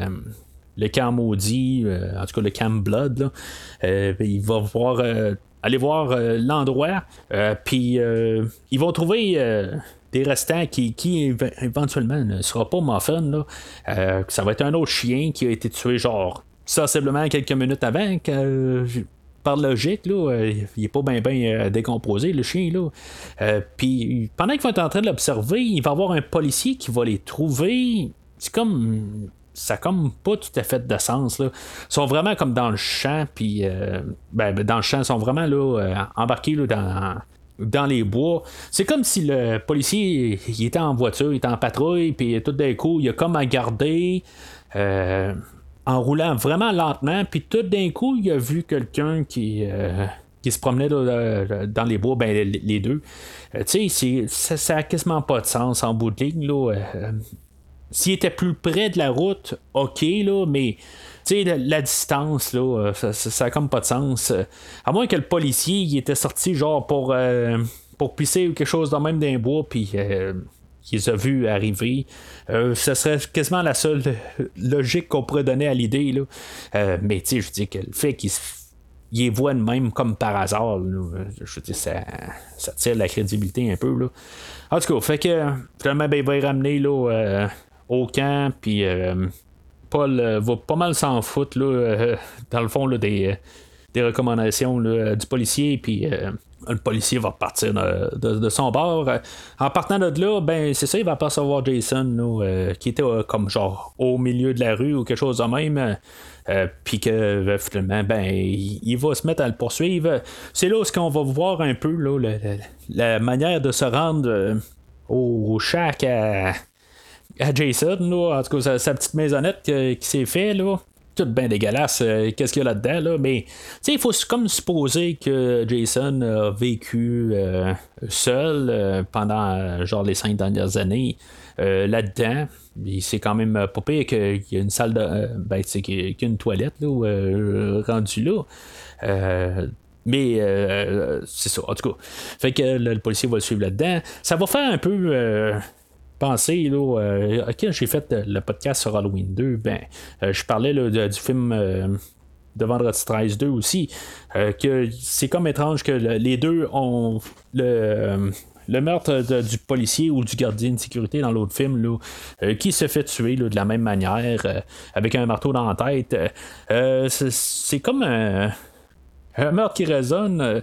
le camp maudit, en tout cas le camp Blood. Là. Il va voir aller voir l'endroit, puis ils vont trouver des restants qui éventuellement ne sera pas Muffin. Là. Ça va être un autre chien qui a été tué genre sensiblement quelques minutes avant par logique, là, il est pas bien décomposé, le chien. Là. Puis pendant qu'ils vont être en train de l'observer, il va y avoir un policier qui va les trouver. C'est comme... Ça n'a comme pas tout à fait de sens. Là. Ils sont vraiment comme dans le champ, puis dans le champ, ils sont vraiment là, embarqués là, dans les bois. C'est comme si le policier il était en voiture, il était en patrouille, puis tout d'un coup, il a comme à garder en roulant vraiment lentement, puis tout d'un coup, il a vu quelqu'un qui se promenait dans les bois, les deux. Tu sais, ça n'a quasiment pas de sens en bout de ligne. Là, s'il était plus près de la route, ok, là, mais la distance, là, ça a comme pas de sens. À moins que le policier il était sorti genre pour pisser ou quelque chose dans même d'un bois, puis qu'il les a vus arriver. Ce serait quasiment la seule logique qu'on pourrait donner à l'idée. Là. Mais je dis que le fait qu'il les voit de même comme par hasard, là, je dis ça tire la crédibilité un peu. Là. En tout cas, fait que finalement, il va y ramener là, au camp, puis Paul va pas mal s'en foutre là, dans le fond là, des recommandations là, du policier, puis le policier va partir de son bord. En partant de là, c'est ça, il va apercevoir Jason là, qui était comme genre au milieu de la rue ou quelque chose de même. Puis que finalement, il va se mettre à le poursuivre. C'est là où qu'on va voir un peu là, la manière de se rendre au shack à Jason, là, en tout cas sa petite maisonnette qui s'est fait là, tout bien dégueulasse, qu'est-ce qu'il y a là-dedans là, mais il faut comme supposer que Jason a vécu seul pendant genre les 5 dernières années là-dedans. C'est quand même pas pire qu'il y a une salle de qu'il y a une toilette là, rendue là. Mais c'est ça, en tout cas. Fait que le policier va le suivre là-dedans. Ça va faire un peu penser là, ok, j'ai fait le podcast sur Halloween 2, je parlais là, du film de Vendredi 13 2 aussi, que c'est comme étrange que les deux ont le meurtre du policier ou du gardien de sécurité dans l'autre film là, qui se fait tuer là, de la même manière avec un marteau dans la tête. C'est comme un meurtre qui résonne.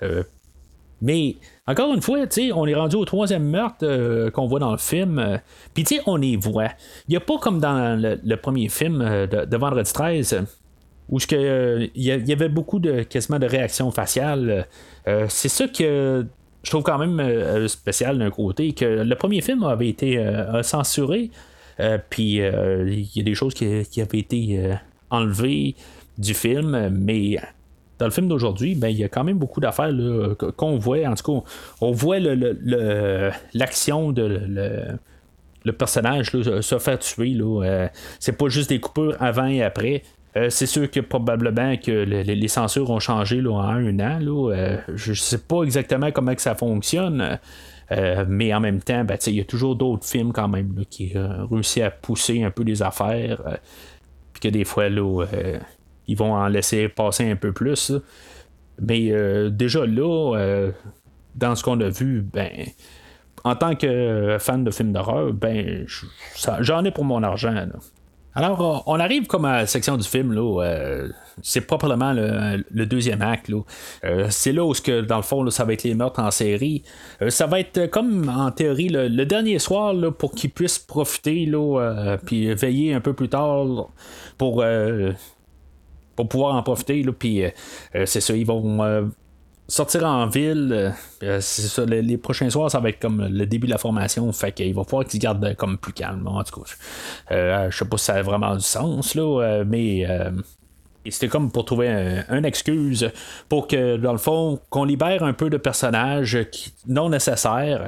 Mais encore une fois, on est rendu au 3e meurtre qu'on voit dans le film. Puis on les voit. Il n'y a pas comme dans le premier film de Vendredi 13 où il y avait beaucoup quasiment de réactions faciales. C'est ça que je trouve quand même spécial d'un côté, que le premier film avait été censuré. Puis il y a des choses qui avaient été enlevées. du film, mais dans le film d'aujourd'hui, ben, il y a quand même beaucoup d'affaires là, qu'on voit. En tout cas, on voit l'action de le personnage là, se faire tuer. Là, c'est pas juste des coupures avant et après. C'est sûr que probablement que les censures ont changé là, en un an. Là, je sais pas exactement comment que ça fonctionne. Mais en même temps, ben, il y a toujours d'autres films quand même là, qui réussissent à pousser un peu les affaires. Puis que des fois, là, ils vont en laisser passer un peu plus. Là. Mais déjà là, dans ce qu'on a vu, ben, en tant que fan de films d'horreur, ben, j'en ai pour mon argent. Là. Alors, on arrive comme à la section du film, là, c'est probablement le deuxième acte. Là. C'est là où, dans le fond, là, ça va être les meurtres en série. Ça va être comme, en théorie, le dernier soir là, pour qu'ils puissent profiter, puis veiller un peu plus tard pour pouvoir en profiter. Puis c'est ça, ils vont sortir en ville, c'est ça, les prochains soirs, ça va être comme le début de la formation, fait qu'il va falloir qu'ils se gardent comme plus calme. En tout cas, je sais pas si ça a vraiment du sens, là, mais c'était comme pour trouver une excuse pour que, dans le fond, qu'on libère un peu de personnages non nécessaires.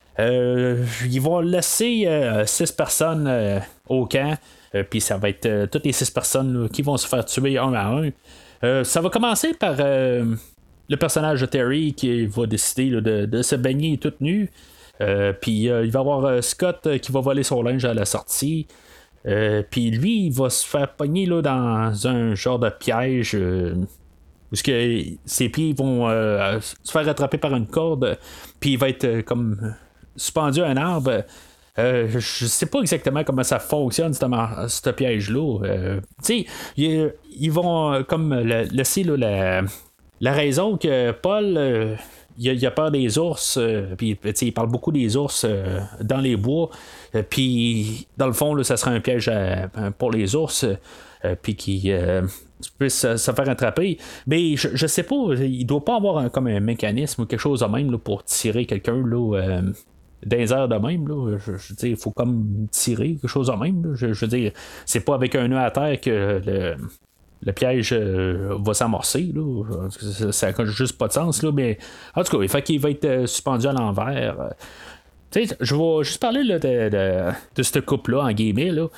Ils vont laisser 6 personnes au camp, puis ça va être toutes les 6 personnes là, qui vont se faire tuer un à un. Ça va commencer par le personnage de Terry qui va décider là, de se baigner tout nu. Puis il va y avoir Scott qui va voler son linge à la sortie. Puis lui, il va se faire pogner là, dans un genre de piège où ses pieds vont se faire attraper par une corde. Puis il va être comme suspendu à un arbre. Je sais pas exactement comment ça fonctionne, ce piège-là. Tu sais, ils vont comme laisser là, la raison que Paul, il a peur des ours, puis il parle beaucoup des ours dans les bois, puis dans le fond, là, ça sera un piège pour les ours, puis qui puissent se faire attraper. Mais je sais pas, il doit pas avoir comme un mécanisme ou quelque chose de même là, pour tirer quelqu'un là. Dans les airs de même, là, je veux dire, il faut comme tirer quelque chose de même. Là. Je veux dire, c'est pas avec un nœud à terre que le piège va s'amorcer. Là. Ça n'a juste pas de sens. Là, mais en tout cas, il fait qu'il va être suspendu à l'envers. Je vais juste parler là, de ce couple-là, en guillemets. Là.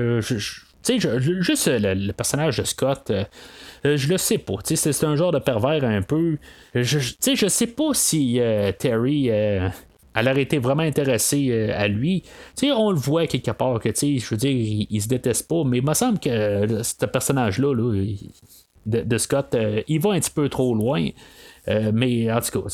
Juste le personnage de Scott, je le sais pas. C'est un genre de pervers un peu. Je sais pas si Terry. Elle aurait été vraiment intéressée à lui. T'sais, on le voit quelque part que, je veux dire, il se déteste pas, mais il me semble que ce personnage-là, là, de Scott, il va un petit peu trop loin. Mais en tout cas,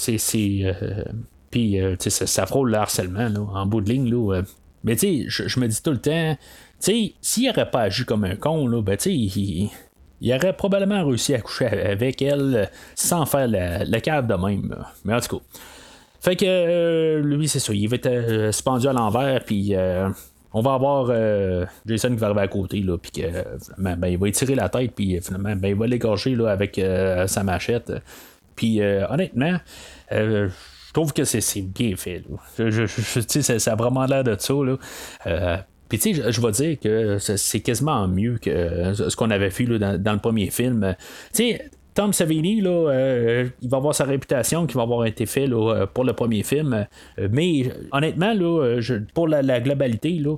puis, ça frôle le harcèlement, là, en bout de ligne. Là, mais je me dis tout le temps, s'il n'aurait pas agi comme un con, là, ben, il aurait probablement réussi à coucher avec elle sans faire la cave de même. Là. Mais en tout cas. Fait que lui, c'est ça, il va être suspendu à l'envers, puis on va avoir Jason qui va arriver à côté, là, puis que ben, il va étirer la tête, puis finalement, ben, il va l'égorger là, avec sa machette. Puis honnêtement, je trouve que c'est bien fait. Ça a vraiment l'air de ça. Là. Puis tu sais, je vais dire que c'est quasiment mieux que ce qu'on avait vu là, dans le premier film. Tu sais, Tom Savini, là, il va avoir sa réputation qui va avoir été fait là, pour le premier film. Mais honnêtement, là, pour la globalité, là,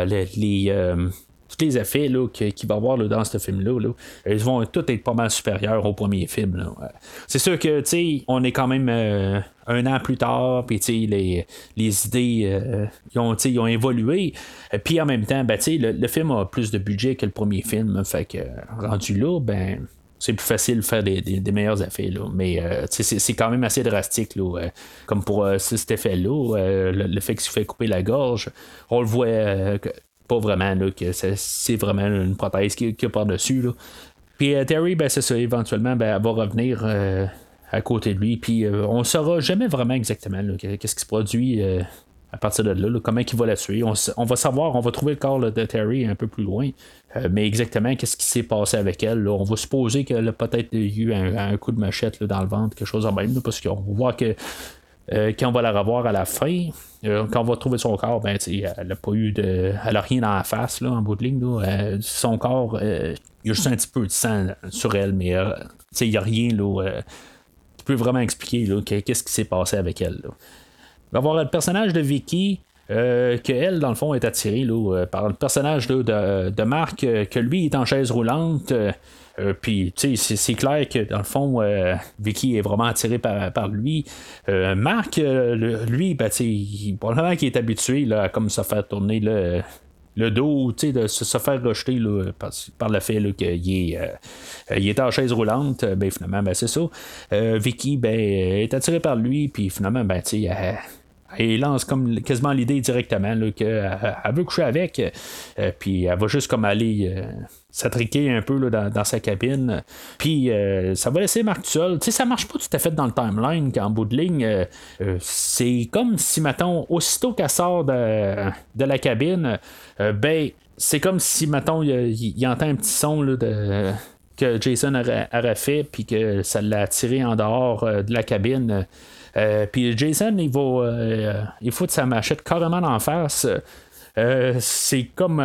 tous les effets là, qu'il va y avoir là, dans ce film-là, là, ils vont tous être pas mal supérieurs au premier film. Là. C'est sûr que on est quand même un an plus tard, puis les idées ils ont évolué. Puis en même temps, ben, le film a plus de budget que le premier film. Fait que rendu là, ben. C'est plus facile de faire des meilleurs effets. Là. Mais c'est quand même assez drastique. Là, comme pour cet effet-là, le fait qu'il se fait couper la gorge, on le voit pas vraiment là, que c'est vraiment une prothèse qui est par-dessus. Là. Puis Terry, ben, c'est ça, éventuellement, ben, elle va revenir à côté de lui. Puis on ne saura jamais vraiment exactement là, qu'est-ce qui se produit. À partir de là, comment il va la tuer. On va savoir, on va trouver le corps là, de Terry un peu plus loin. Mais exactement, qu'est-ce qui s'est passé avec elle? Là? On va supposer qu'elle a peut-être eu un coup de machette là, dans le ventre, quelque chose de même, là, parce qu'on va voir que quand on va la revoir à la fin, quand on va trouver son corps, ben, elle n'a pas eu de. Elle a rien dans la face, là, en bout de ligne. Là. Son corps, il y a juste un petit peu de sang sur elle, mais il n'y a rien là, qui peut vraiment expliquer là, qu'est-ce qui s'est passé avec elle. Là. On va voir le personnage de Vicky. Qu'elle, dans le fond, est attirée là, par le personnage là, de Marc, que lui est en chaise roulante. Puis, tu sais, c'est clair que dans le fond, Vicky est vraiment attirée par lui. Marc, lui, ben, probablement qu'il est habitué là, à comme se faire tourner le dos, de se faire rejeter là, par le fait qu'il est en chaise roulante. Ben, finalement, ben, c'est ça. Vicky, ben, est attirée par lui, puis finalement, ben, tu sais, elle lance comme quasiment l'idée directement qu'elle veut coucher avec, puis elle va juste comme aller s'attriquer un peu là, dans sa cabine, puis ça va laisser Marc tout seul. Tu sais, ça marche pas tout à fait dans le timeline, qu'en bout de ligne, c'est comme si, mettons, aussitôt qu'elle sort de la cabine, ben, c'est comme si, mettons, il entend un petit son là, que Jason aurait fait, puis que ça l'a attiré en dehors de la cabine. Puis Jason, il faut de sa machette carrément en face. C'est comme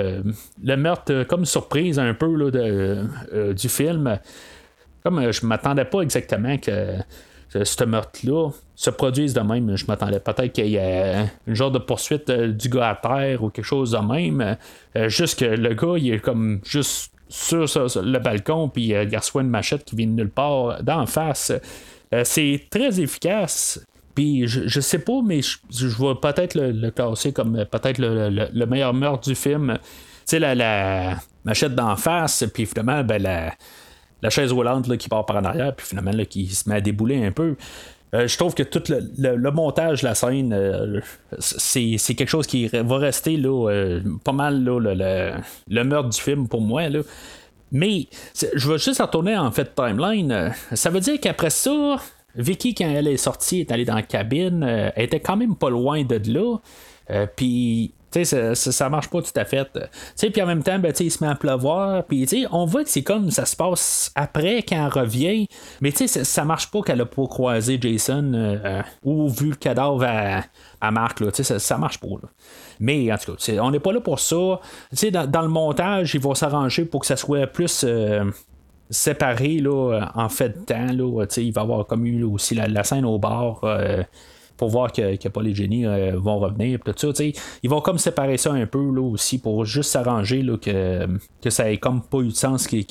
le meurtre, comme surprise un peu là, du film. Comme je m'attendais pas exactement que ce meurtre-là se produise de même. Je m'attendais peut-être qu'il y ait une genre de poursuite du gars à terre ou quelque chose de même. Juste que le gars, il est comme juste sur le balcon, puis il reçoit une machette qui vient de nulle part d'en face. C'est très efficace. Puis je sais pas, mais je vais peut-être le classer comme peut-être le meilleur meurtre du film. Tu sais, la machette d'en face, puis finalement, ben, la chaise roulante là, qui part par en arrière, puis finalement, là, qui se met à débouler un peu. Je trouve que tout le montage de la scène, c'est quelque chose qui va rester là, pas mal là, le meurtre du film pour moi. Là. Mais je vais juste retourner en fait timeline. Ça veut dire qu'après ça, Vicky, quand elle est sortie, est allée dans la cabine, elle était quand même pas loin de là. Puis, tu sais, ça marche pas tout à fait. Tu sais, puis en même temps, ben, il se met à pleuvoir. Puis, tu sais, on voit que c'est comme ça se passe après quand elle revient. Mais, tu sais, ça marche pas qu'elle a pas croisé Jason ou vu le cadavre à Marc. Tu sais, ça marche pas. Là. Mais en tout cas, on n'est pas là pour ça. Dans le montage, ils vont s'arranger pour que ça soit plus séparé là, en fait de temps. Là, il va y avoir comme eu aussi la scène au bar pour voir que Paul et Jenny vont revenir. Tout ça, ils vont comme séparer ça un peu là, aussi pour juste s'arranger là, que ça ait comme pas eu de sens que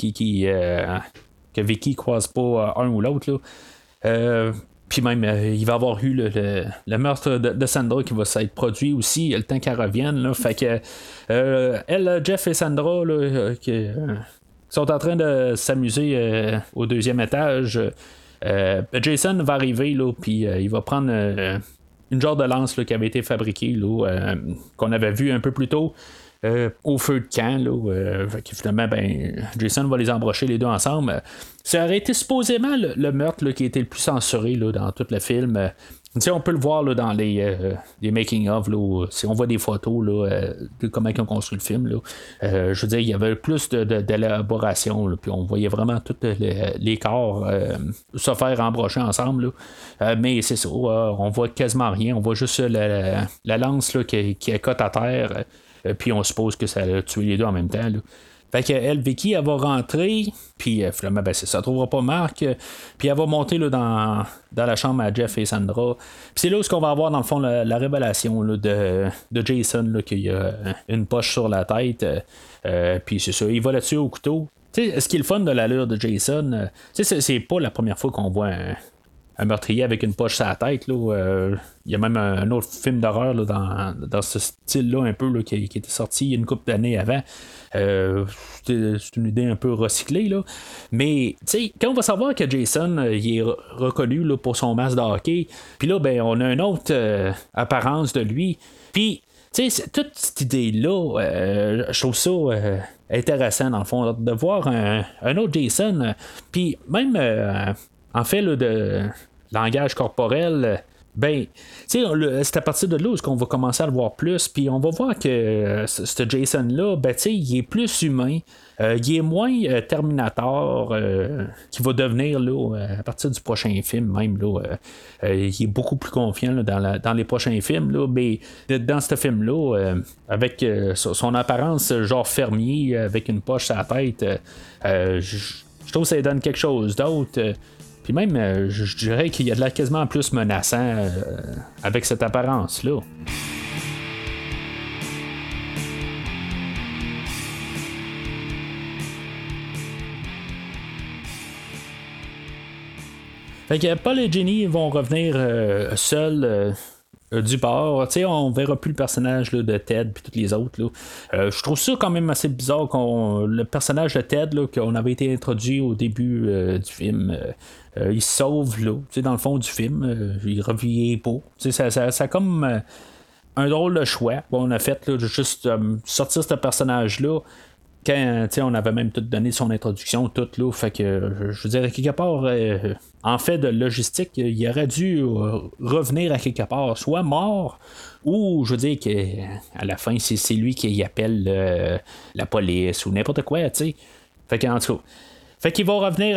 Vicky croise pas un ou l'autre. Puis même, il va y avoir eu le meurtre de Sandra qui va s'être produit aussi, le temps qu'elle revienne. Là, fait que elle, Jeff et Sandra là, qui sont en train de s'amuser au deuxième étage. Jason va arriver, là, puis il va prendre une genre de lance là, qui avait été fabriquée, là, qu'on avait vu un peu plus tôt. Au feu de camp, là, finalement, ben, Jason va les embrocher les deux ensemble. Ça aurait été supposément le meurtre là, qui a été le plus censuré là, dans tout le film. On peut le voir là, dans les making-of, si on voit des photos là, de comment ils ont construit le film. Là. Je veux dire, il y avait plus d'élaboration, puis on voyait vraiment tous les corps se faire embrocher ensemble. Là. Mais c'est ça, on voit quasiment rien. On voit juste la lance là, qui est cote à terre. Puis on suppose que ça a tué les deux en même temps. Là. Fait que elle, Vicky, elle va rentrer, puis finalement, ben, ça ne trouvera pas Marc, puis elle va monter là, dans la chambre à Jeff et Sandra. Puis c'est là où on va avoir, dans le fond, la révélation là, de Jason, là, qu'il a une poche sur la tête. Puis c'est ça, il va là-dessus au couteau. T'sais, ce qui est le fun de l'allure de Jason, c'est pas la première fois qu'on voit un meurtrier avec une poche sur la tête. Il y a même un autre film d'horreur là, dans ce style-là, un peu là, qui était sorti il y a une couple d'années avant. C'est une idée un peu recyclée. Là. Mais quand on va savoir que Jason il est reconnu là, pour son masque de hockey, puis là, ben, on a une autre apparence de lui. Puis, toute cette idée-là, je trouve ça intéressant, dans le fond, de voir un autre Jason. Puis, même, en fait, là, de langage corporel, Ben, tu sais, c'est à partir de là où on va commencer à le voir plus, puis on va voir que ce Jason-là, ben, tu sais, il est plus humain. Il est moins Terminator qui va devenir là, à partir du prochain film même là, il est beaucoup plus confiant là, dans les prochains films là, mais dans ce film là avec son apparence genre fermier avec une poche à la tête, je trouve que ça donne quelque chose d'autre. Puis même, je dirais qu'il y a de l'air quasiment plus menaçant avec cette apparence-là. Fait que Paul et Jenny vont revenir seuls du bord. T'sais, on verra plus le personnage là, de Ted puis toutes les autres. Je trouve ça quand même assez bizarre le personnage de Ted là, qu'on avait été introduit au début du film. Il se sauve là, dans le fond du film. Il revient pas. Ça comme un drôle de choix qu'on a fait là, de juste sortir ce personnage-là. Quand on avait même tout donné son introduction, tout là, fait que je veux dire, quelque part, en fait de logistique, il aurait dû revenir à quelque part, soit mort, ou je veux dire qu'à la fin, c'est lui qui appelle la police ou n'importe quoi, tu sais. Fait qu'en tout cas, fait qu'ils vont revenir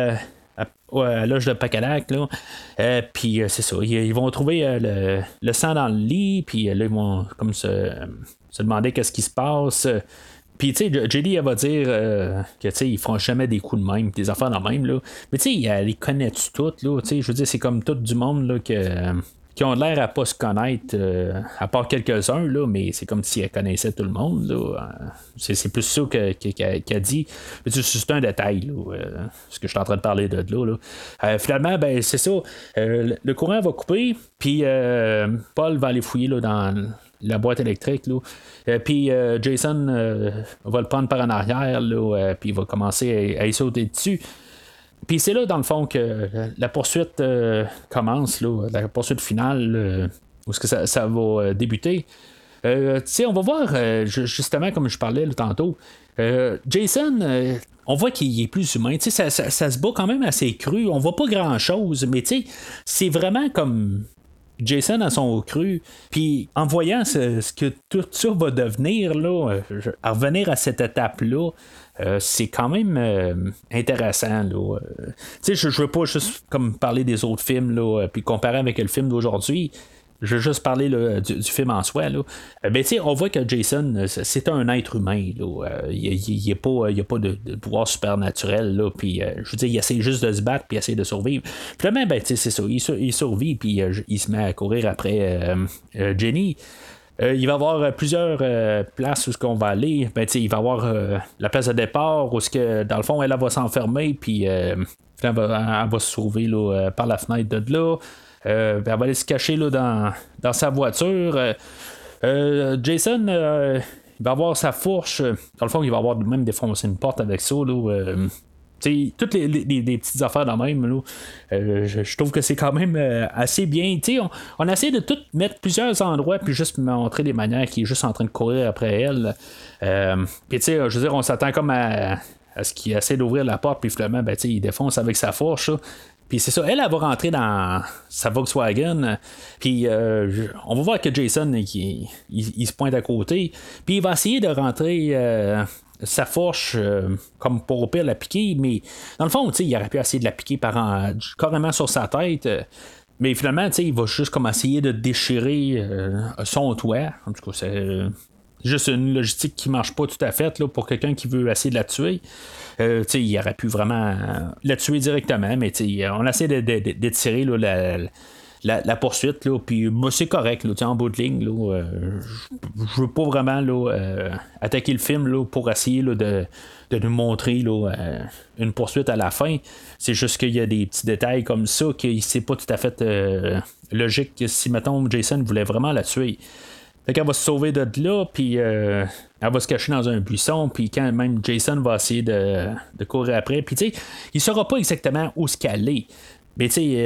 à l'âge de Pacalac, là. Puis c'est ça, ils vont trouver le sang dans le lit, puis là, ils vont comme se demander qu'est-ce qui se passe. Puis, tu sais, Judy, elle va dire que, tu sais, ils feront jamais des coups de même, des affaires de même, là. Mais, tu sais, elle les connaît-tu toutes, là? Tu sais, je veux dire, c'est comme tout du monde, là, qui ont l'air à pas se connaître, à part quelques-uns, là, mais c'est comme si elle connaissait tout le monde, là. C'est plus ça qu'elle dit. Mais c'est un détail, là, ce que je suis en train de parler de là. Finalement, ben, c'est ça. Le courant va couper, puis Paul va aller fouiller, là, dans la boîte électrique, là. Puis Jason va le prendre par en arrière, là, puis il va commencer à y sauter dessus. Puis c'est là, dans le fond, que la poursuite commence, là, la poursuite finale, où est-ce que ça va débuter. On va voir, justement, comme je parlais là, tantôt, Jason, on voit qu'il est plus humain. Ça se bat quand même assez cru. On voit pas grand-chose, mais c'est vraiment comme Jason à son cru, puis en voyant ce que tout ça va devenir, là, à revenir à cette étape-là, c'est quand même intéressant. Là. Je veux pas juste comme parler des autres films, là, puis comparer avec le film d'aujourd'hui. Je veux juste parler là, du film en soi. Là. Ben, on voit que Jason, c'est un être humain. Là. Il n'y a pas de pouvoir supernaturel. Là, puis, je veux dire, il essaie juste de se battre puis essaie de survivre. Puis là, ben, c'est ça. Il survit puis il se met à courir après Jenny. Il va y avoir plusieurs places où on va aller. Ben, il va y avoir la place de départ où, dans le fond, elle va s'enfermer puis elle va se sauver là, par la fenêtre de là. Elle va aller se cacher là, dans sa voiture. Jason, il va avoir sa fourche. Dans le fond, il va avoir même défoncé une porte avec ça. Là, toutes les petites affaires de même, là, je trouve que c'est quand même assez bien. On essaie de tout mettre plusieurs endroits puis juste montrer des manières qu'il est juste en train de courir après elle. Puis je veux dire, on s'attend comme à ce qu'il essaie d'ouvrir la porte puis finalement, ben, il défonce avec sa fourche. Là. Puis c'est ça, elle va rentrer dans sa Volkswagen, puis on va voir que Jason, il se pointe à côté, puis il va essayer de rentrer sa fourche comme pour au pire la piquer, mais dans le fond, il aurait pu essayer de la piquer carrément sur sa tête. Mais finalement, il va juste comme essayer de déchirer son toit. En tout cas, c'est juste une logistique qui marche pas tout à fait là, pour quelqu'un qui veut essayer de la tuer. Il aurait pu vraiment la tuer directement, mais on essaie d'étirer là, la poursuite, là, puis c'est correct là, en bout de ligne. Je veux pas vraiment là, attaquer le film là, pour essayer là, de nous montrer là, une poursuite à la fin. C'est juste qu'il y a des petits détails comme ça que c'est pas tout à fait logique si, mettons, Jason voulait vraiment la tuer. Fait qu'elle va se sauver de là, puis elle va se cacher dans un buisson, puis quand même Jason va essayer de courir après, puis il saura pas exactement où ce qu'elle est, mais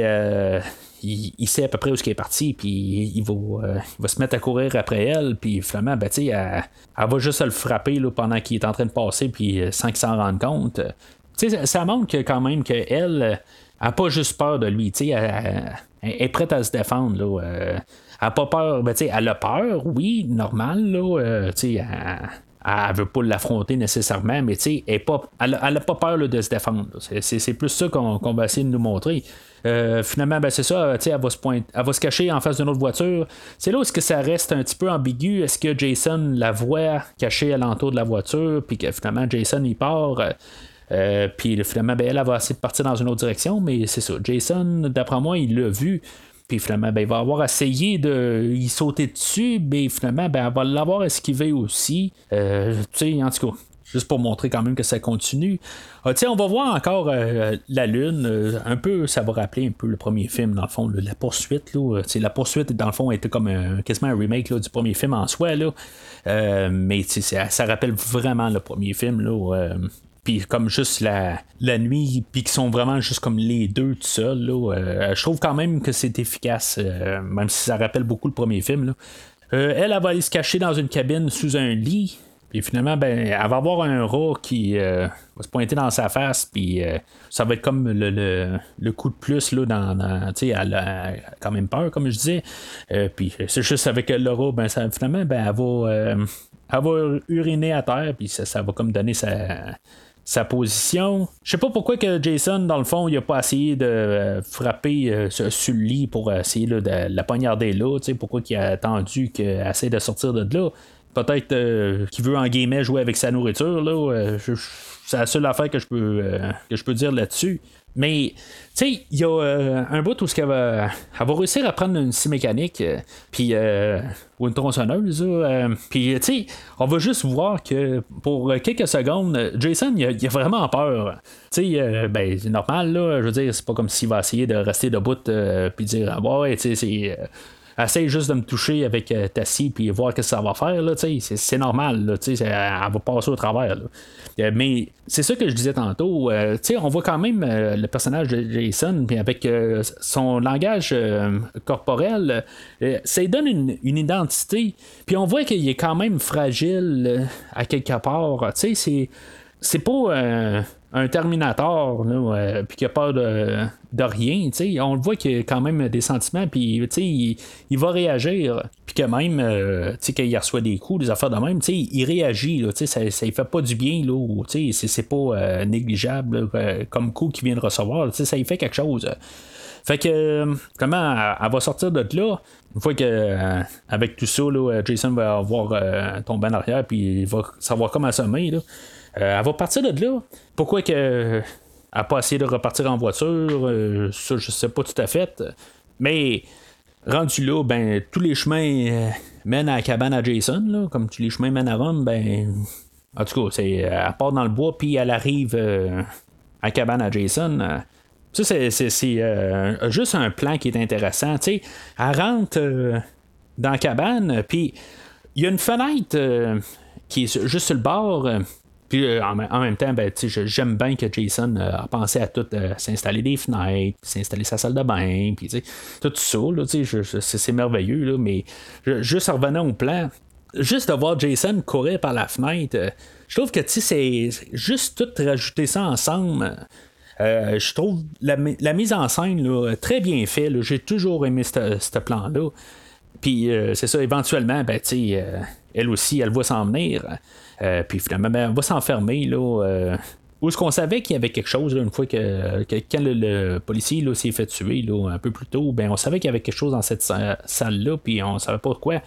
il sait à peu près où ce qu'elle est parti, puis il va se mettre à courir après elle, puis finalement, ben, elle va juste le frapper là, pendant qu'il est en train de passer, puis sans qu'il s'en rende compte. Ça montre quand même qu'elle, a pas juste peur de lui, elle est prête à se défendre. Là, elle a pas peur, elle a peur, oui, normal, là, elle veut pas l'affronter nécessairement, mais elle a pas peur là, de se défendre. C'est plus ça qu'on va essayer de nous montrer. Finalement, c'est ça, elle va se cacher en face d'une autre voiture. C'est là où est-ce que ça reste un petit peu ambigu. Est-ce que Jason la voit cachée alentour de la voiture, puis que finalement Jason il part. Puis finalement, elle va essayer de partir dans une autre direction, mais c'est ça. Jason, d'après moi, il l'a vu. Puis finalement, il va avoir essayé de y sauter dessus, mais finalement, elle va l'avoir esquivé aussi. En tout cas, juste pour montrer quand même que ça continue. On va voir encore la Lune. Un peu, ça va rappeler un peu le premier film, dans le fond, la poursuite. Là, la poursuite, dans le fond, était comme quasiment un remake là, du premier film en soi. Là. Mais ça rappelle vraiment le premier film. Là, puis comme juste la nuit, puis qui sont vraiment juste comme les deux tout seuls, là, je trouve quand même que c'est efficace, même si ça rappelle beaucoup le premier film. Là. Elle va aller se cacher dans une cabine sous un lit, puis finalement, elle va avoir un rat qui va se pointer dans sa face, puis ça va être comme le coup de plus, là, elle a quand même peur, comme je disais. Puis c'est juste avec le rat, finalement, elle va uriner à terre, puis ça va comme donner sa position. Je sais pas pourquoi que Jason, dans le fond, il a pas essayé de frapper sur le lit pour essayer là, de la poignarder là. Pourquoi il a attendu qu'elle essaie de sortir de là. Peut-être qu'il veut en guillemets jouer avec sa nourriture. Là. C'est la seule affaire que je peux dire là-dessus. Mais, il y a un bout où elle va réussir à prendre une scie mécanique, puis ou une tronçonneuse, puis, on va juste voir que pour quelques secondes, Jason, il a vraiment peur. C'est normal, là, je veux dire, c'est pas comme s'il va essayer de rester debout, puis dire, c'est. Essaye juste de me toucher avec ta scie puis voir ce que ça va faire. Là, c'est normal. Là, elle va passer au travers. Là. Mais c'est ça que je disais tantôt. On voit quand même le personnage de Jason puis avec son langage corporel. Ça lui donne une identité. Puis on voit qu'il est quand même fragile à quelque part. C'est pas un Terminator, puis qu'il a peur de rien. On le voit qu'il a quand même des sentiments, puis il va réagir. Puis que même, quand il reçoit des coups, des affaires de même, il réagit. Là, ça ne fait pas du bien. Là, c'est pas négligeable comme coup qu'il vient de recevoir. Ça y fait quelque chose. Fait que, comment elle va sortir de là? Une fois que, avec tout ça, là, Jason va avoir tombé en arrière, puis il va savoir comment assommer. Là. Elle va partir de là. Pourquoi que elle n'a pas essayé de repartir en voiture? Ça, je sais pas tout à fait. Mais rendu là, tous les chemins mènent à la cabane à Jason, là, comme tous les chemins mènent à Rome, en tout cas, elle part dans le bois, puis elle arrive à la cabane à Jason. Ça, c'est juste un plan qui est intéressant. Elle rentre dans la cabane, puis il y a une fenêtre qui est juste sur le bord. Puis en même temps, j'aime bien que Jason a pensé à tout s'installer des fenêtres, s'installer sa salle de bain, puis tout ça, là, c'est merveilleux, là, mais juste en revenant au plan, juste de voir Jason courir par la fenêtre, je trouve que c'est juste tout rajouter ça ensemble. Je trouve la mise en scène là, très bien faite. J'ai toujours aimé ce plan-là. Puis c'est ça, éventuellement, elle aussi, elle va s'en venir. Puis finalement, elle va s'enfermer. Là, où est-ce qu'on savait qu'il y avait quelque chose, là, une fois que quand le policier là, s'est fait tuer là, un peu plus tôt, on savait qu'il y avait quelque chose dans cette salle-là, puis on savait pas quoi.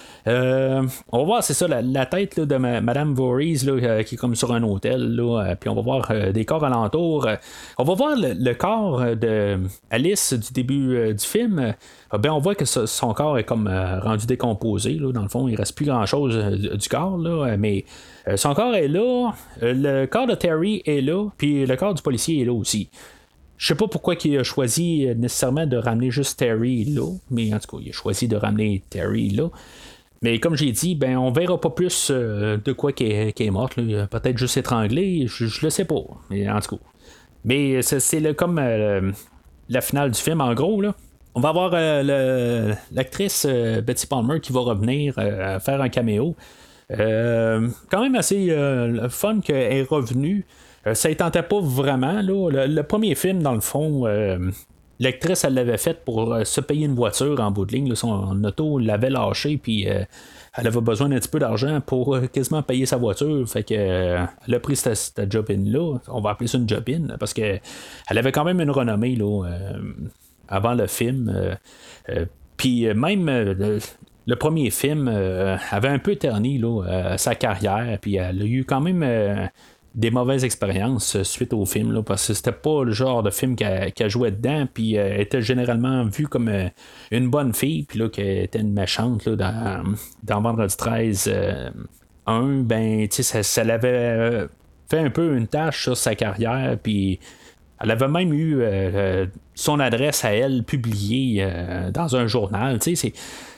On va voir, c'est ça, la tête là, de Madame Voorhees là, qui est comme sur un hôtel, là, puis on va voir des corps alentour. On va voir le corps de Alice du début du film. On voit que son corps est comme rendu décomposé. Là, dans le fond, il reste plus grand-chose du corps, là, mais son corps est là. Le corps de Terry est là, puis le corps du policier est là aussi. Je sais pas pourquoi il a choisi nécessairement de ramener juste Terry là, mais en tout cas, il a choisi de ramener Terry là. Mais comme j'ai dit, on verra pas plus de quoi qui est morte. Là. Peut-être juste étranglé, je le sais pas. Mais en tout cas. Mais c'est comme la finale du film, en gros. Là. On va avoir l'actrice Betty Palmer qui va revenir faire un caméo. Quand même assez fun qu'elle est revenue. ça ne tentait pas vraiment. Là. Le premier film, dans le fond, l'actrice, elle l'avait fait pour se payer une voiture en bout de ligne. Là, son auto l'avait lâché, puis elle avait besoin d'un petit peu d'argent pour quasiment payer sa voiture. Fait que elle a pris cette job-in-là. On va appeler ça une job-in, parce que elle avait quand même une renommée là, avant le film. Puis même le premier film avait un peu terni là, sa carrière, puis elle a eu quand même des mauvaises expériences suite au film, là, parce que c'était pas le genre de film qu'elle jouait dedans, puis elle était généralement vue comme une bonne fille, puis là qu'elle était une méchante là, dans Vendredi 13 ben tu sais ça l'avait fait un peu une tâche sur sa carrière, puis elle avait même eu son adresse à elle publiée dans un journal, tu sais,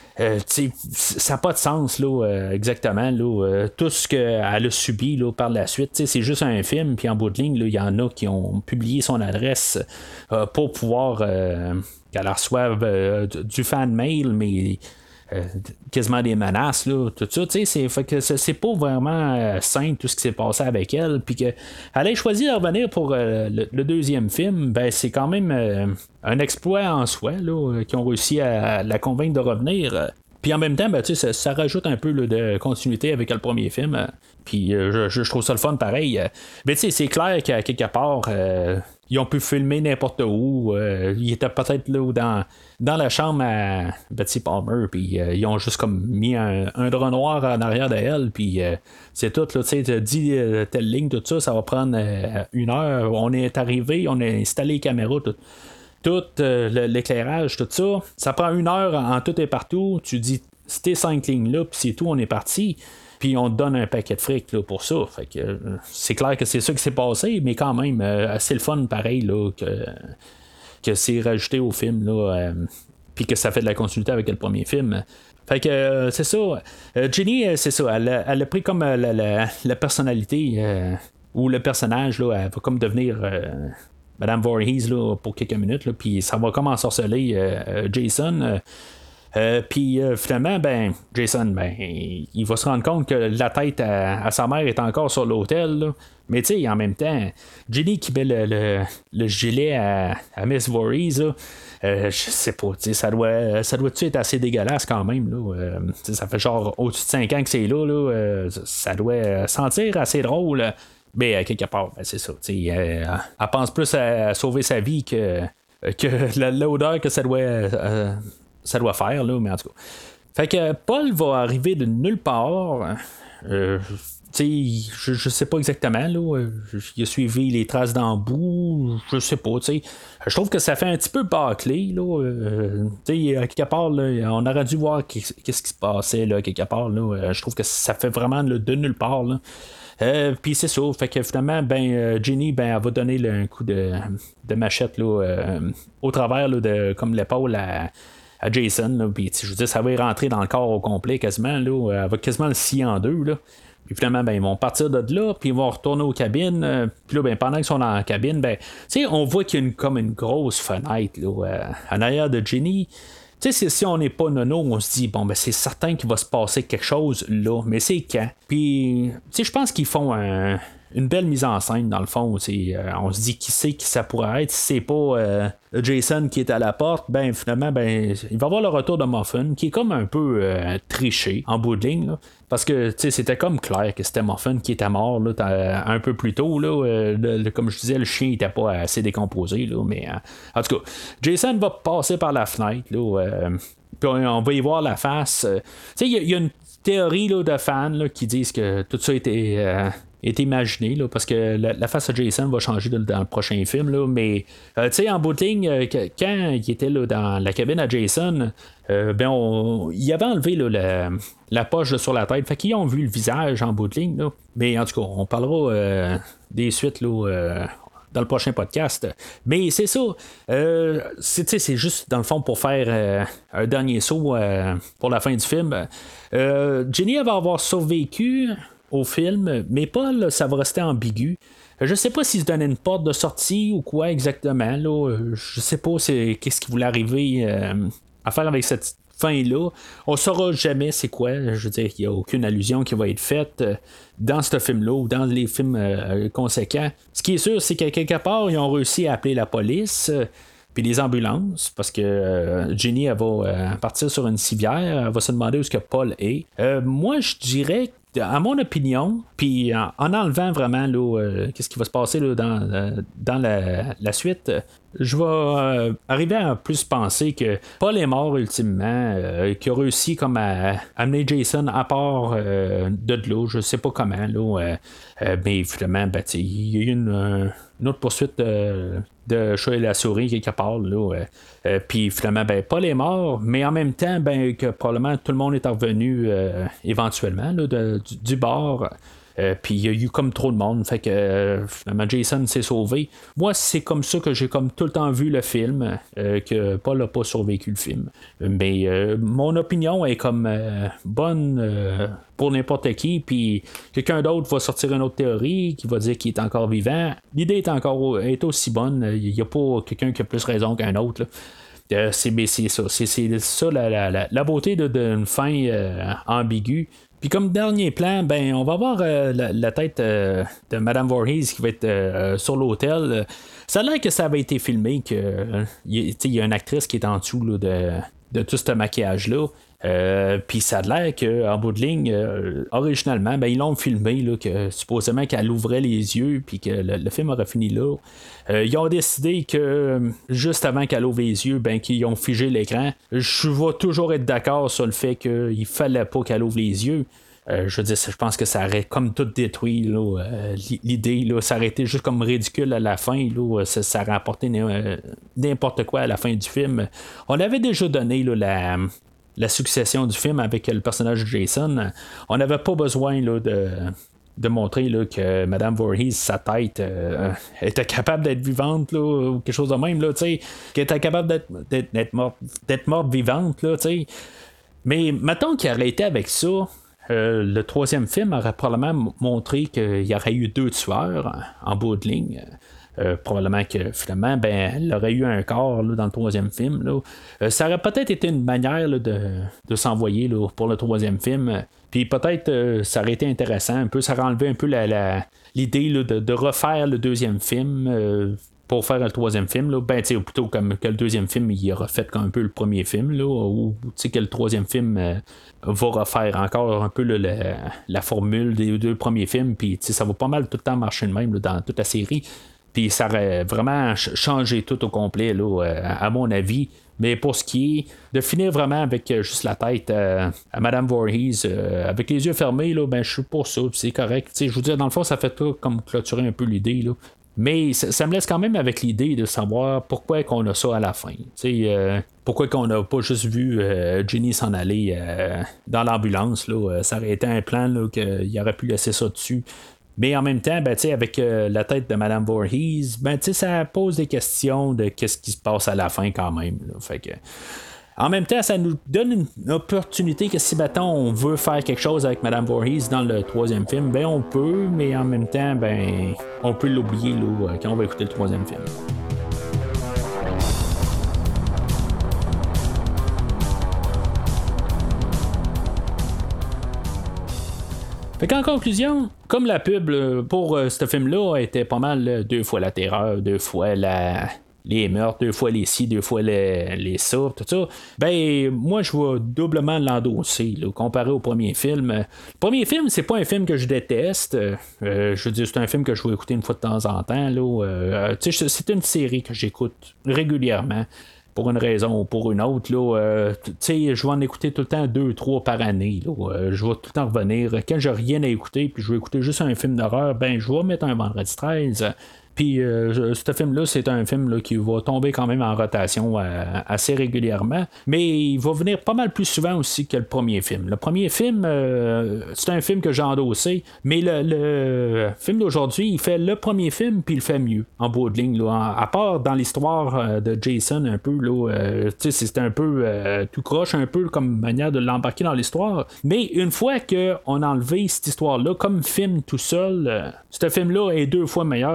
ça n'a pas de sens là, exactement là, tout ce qu'elle a subi là, par la suite, c'est juste un film, puis en bout de ligne il y en a qui ont publié son adresse pour pouvoir qu'elle reçoive du fan mail, mais quasiment des menaces là, tout ça, fait que c'est pas vraiment sain tout ce qui s'est passé avec elle, puis qu'elle ait choisi de revenir pour le deuxième film, ben c'est quand même un exploit en soi là, qui ont réussi à la convaincre de revenir. Puis en même temps, ben, ça rajoute un peu là, de continuité avec le premier film. Puis je trouve ça le fun pareil. Mais c'est clair qu'à quelque part, ils ont pu filmer n'importe où. Ils étaient peut-être là dans la chambre à Betsy Palmer. Puis ils ont juste comme mis un drap noir en arrière d'elle. Puis c'est tout. Tu sais, dit telle ligne, tout ça, ça va prendre 1 heure. On est arrivé, on a installé les caméras, tout l'éclairage, tout ça. Ça prend 1 heure en tout et partout. Tu dis, c'était 5 lignes là, puis c'est tout, on est parti. Puis on te donne un paquet de fric là, pour ça. Fait que c'est clair que c'est ça qui s'est passé, mais quand même, assez le fun pareil là, que c'est rajouté au film là, puis que ça fait de la continuité avec le premier film. Fait que c'est ça. Jenny, c'est ça. Elle a pris comme la personnalité ou le personnage là, elle va comme devenir Madame Voorhees là, pour quelques minutes, puis ça va comme ensorceler Jason. Puis finalement, ben, Jason, ben, il va se rendre compte que la tête à sa mère est encore sur l'hôtel. Là. Mais tu sais, en même temps, Jenny qui met le gilet à Miss Voorhees, je sais pas, ça doit-tu être assez dégueulasse quand même. Là, ça fait genre au-dessus de 5 ans que c'est là, ça doit sentir assez drôle. Mais quelque part, ben, c'est ça. Elle pense plus à sauver sa vie que l'odeur que ça doit faire, là, mais en tout cas. Fait que Paul va arriver de nulle part. Je sais pas exactement. Là, il a suivi les traces d'embout. Je sais pas. Je trouve que ça fait un petit peu bâclé. À quelque part, là, on aurait dû voir qu'est-ce qui se passait là, quelque part. Là, je trouve que ça fait vraiment là, de nulle part. Là. Puis c'est ça, fait que finalement, Jenny, elle va donner là, un coup de machette là, au travers là, de comme l'épaule à Jason. Puis je veux dire, ça va y rentrer dans le corps au complet quasiment. Là, elle va quasiment le scier en deux. Là. Puis finalement, ils vont partir de là, puis ils vont retourner aux cabines. Puis là, pendant qu'ils sont dans la cabine, on voit qu'il y a comme une grosse fenêtre là, en arrière de Jenny. Si on n'est pas nono, on se dit, c'est certain qu'il va se passer quelque chose là, mais c'est quand? Puis, je pense qu'ils font une belle mise en scène, dans le fond. On se dit qui sait qui ça pourrait être. Si c'est pas Jason qui est à la porte, finalement, il va y avoir le retour de Muffin, qui est comme un peu triché en bout de ligne. Là, parce que c'était comme clair que c'était Muffin qui était mort là, un peu plus tôt. Là, comme je disais, le chien n'était pas assez décomposé. Là, mais en tout cas, Jason va passer par la fenêtre. Là, puis on va y voir la face. Il y a une théorie là, de fans là, qui disent que tout ça est imaginé là, parce que la face de Jason va changer dans le prochain film là, mais en bout de ligne quand il était là, dans la cabine à Jason il avait enlevé là, la poche là, sur la tête, fait qu'ils ont vu le visage en bout de ligne là. Mais en tout cas on parlera des suites là, dans le prochain podcast. Mais c'est ça. C'est juste, dans le fond, pour faire un dernier saut pour la fin du film. Jenny va avoir survécu au film, mais Paul, ça va rester ambigu. Je sais pas s'il se donnait une porte de sortie ou quoi exactement. Là. Je sais pas qu'est-ce qui voulait arriver à faire avec cette fin-là. On saura jamais c'est quoi. Je veux dire, il n'y a aucune allusion qui va être faite dans ce film-là ou dans les films conséquents. Ce qui est sûr, c'est qu'à quelque part, ils ont réussi à appeler la police. Puis les ambulances, parce que Jenny, elle va partir sur une civière, elle va se demander où est-ce que Paul est. Moi, je dirais, à mon opinion, puis en enlevant vraiment là, qu'est-ce qui va se passer là, dans la suite, je vais arriver à plus penser que Paul est mort ultimement, qu'il a réussi comme à amener Jason à part de là, je sais pas comment, là, mais finalement, ben, il y a eu une autre poursuite de chat et la souris quelque part là. Puis finalement, ben, Paul est mort, mais en même temps, ben, que probablement tout le monde est revenu éventuellement là, du bar. Puis il y a eu comme trop de monde, fait que finalement Jason s'est sauvé. Moi, c'est comme ça que j'ai comme tout le temps vu le film, que Paul n'a pas survécu le film. Mais mon opinion est comme bonne pour n'importe qui, puis quelqu'un d'autre va sortir une autre théorie qui va dire qu'il est encore vivant. L'idée est aussi bonne. Il n'y a pas quelqu'un qui a plus raison qu'un autre, là. C'est ça la beauté d'une fin ambiguë. Puis comme dernier plan, ben on va voir la tête de Madame Voorhees qui va être sur l'hôtel. Ça a l'air que ça avait été filmé, que il y a une actrice qui est en dessous là, de tout ce maquillage-là. Puis ça a l'air qu'en bout de ligne, originalement, ben, ils l'ont filmé, là, que supposément qu'elle ouvrait les yeux, puis que le film aurait fini là. Ils ont décidé que juste avant qu'elle ouvre les yeux, ben, qu'ils ont figé l'écran. Je vais toujours être d'accord sur le fait qu'il fallait pas qu'elle ouvre les yeux. Je veux dire, je pense que ça aurait comme tout détruit là, l'idée, là, ça aurait été juste comme ridicule à la fin, là, ça aurait apporté n'importe quoi à la fin du film. On avait déjà donné là, la succession du film avec le personnage de Jason. On n'avait pas besoin là, de montrer là, que Madame Voorhees, sa tête était capable d'être vivante là, ou quelque chose de même, là, qu'elle était capable d'être morte vivante. Là, mais mettons qu'il aurait été avec ça. Le troisième film aurait probablement montré qu'il y aurait eu 2 tueurs en bout de ligne. Probablement que finalement, ben, elle aurait eu un corps là, dans le troisième film. Là. Ça aurait peut-être été une manière là, de s'envoyer là, pour le troisième film. Puis peut-être ça aurait été intéressant un peu. Ça aurait enlevé un peu l'idée là, de refaire le deuxième film. Pour faire le troisième film, là, ben, ou plutôt comme que le deuxième film, il aura fait comme un peu le premier film, là, ou que le troisième film va refaire encore un peu là, la formule des 2 premiers films, puis ça va pas mal tout le temps marcher de même là, dans toute la série. Puis ça aurait vraiment changé tout au complet, là, à mon avis. Mais pour ce qui est de finir vraiment avec juste la tête à Madame Voorhees, avec les yeux fermés, là, ben, je suis pour ça, c'est correct. Je vous dis, dans le fond, ça fait tout comme clôturer un peu l'idée, là. Mais ça me laisse quand même avec l'idée de savoir pourquoi qu'on a ça à la fin. Pourquoi qu'on n'a pas juste vu Jenny s'en aller dans l'ambulance. Là, ça aurait été un plan là, qu'il aurait pu laisser ça dessus. Mais en même temps, ben, avec la tête de Madame Voorhees, ben, ça pose des questions de qu'est-ce qui se passe à la fin quand même. Là. Fait que... En même temps, ça nous donne une opportunité que si maintenant on veut faire quelque chose avec Madame Voorhees dans le troisième film, ben on peut, mais en même temps, ben on peut l'oublier là, quand on va écouter le troisième film. Fait qu'en conclusion, comme la pub pour ce film-là était pas mal 2 fois la terreur, 2 fois les meurtres, 2 fois les ci, 2 fois les ça, tout ça, ben moi je vais doublement l'endosser là, comparé au premier film. Le premier film, c'est pas un film que je déteste. Je veux dire, c'est un film que je vais écouter une fois de temps en temps. Là, c'est une série que j'écoute régulièrement. Pour une raison ou pour une autre, là, je vais en écouter tout le temps 2-3 par année. Là, je vais tout le temps revenir. Quand j'ai rien à écouter, puis je vais écouter juste un film d'horreur, ben je vais mettre un vendredi 13. Puis ce film-là, c'est un film là, qui va tomber quand même en rotation assez régulièrement, mais il va venir pas mal plus souvent aussi que le premier film. Le premier film, c'est un film que j'ai endossé, mais le film d'aujourd'hui, il fait le premier film, puis il fait mieux, en bout de ligne. Là, à part dans l'histoire de Jason, un peu, là, c'est un peu tout croche, un peu comme manière de l'embarquer dans l'histoire, mais une fois qu'on a enlevé cette histoire-là, comme film tout seul, ce film-là est 2 fois meilleur que le premier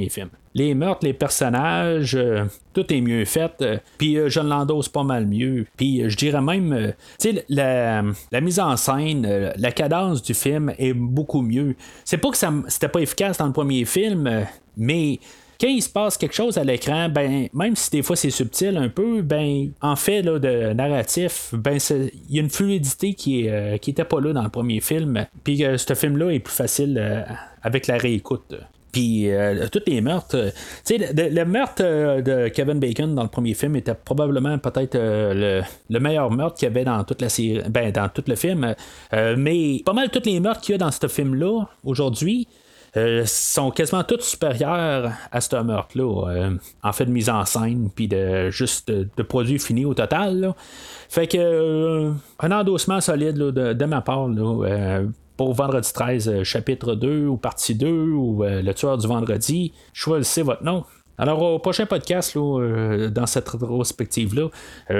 premier film. Les meurtres, les personnages, tout est mieux fait. Puis je l'endosse pas mal mieux. Puis je dirais même, tu sais, la mise en scène, la cadence du film est beaucoup mieux. C'est pas que c'était pas efficace dans le premier film, mais quand il se passe quelque chose à l'écran, ben même si des fois c'est subtil un peu, ben en fait là, de narratif, ben il y a une fluidité qui était pas là dans le premier film. Puis ce film-là est plus facile avec la réécoute. Puis tous les meurtres, tu sais, le meurtre de Kevin Bacon dans le premier film était probablement peut-être le meilleur meurtre qu'il y avait dans toute la série, ben dans tout le film. Mais pas mal tous les meurtres qu'il y a dans ce film-là aujourd'hui sont quasiment tous supérieurs à ce meurtre-là, en fait de mise en scène, puis de juste de produit fini au total. Là. Fait que un endossement solide là, de ma part. Là, pour Vendredi 13, chapitre 2 ou partie 2 ou le tueur du vendredi, choisissez votre nom. Alors au prochain podcast, là, dans cette rétrospective-là,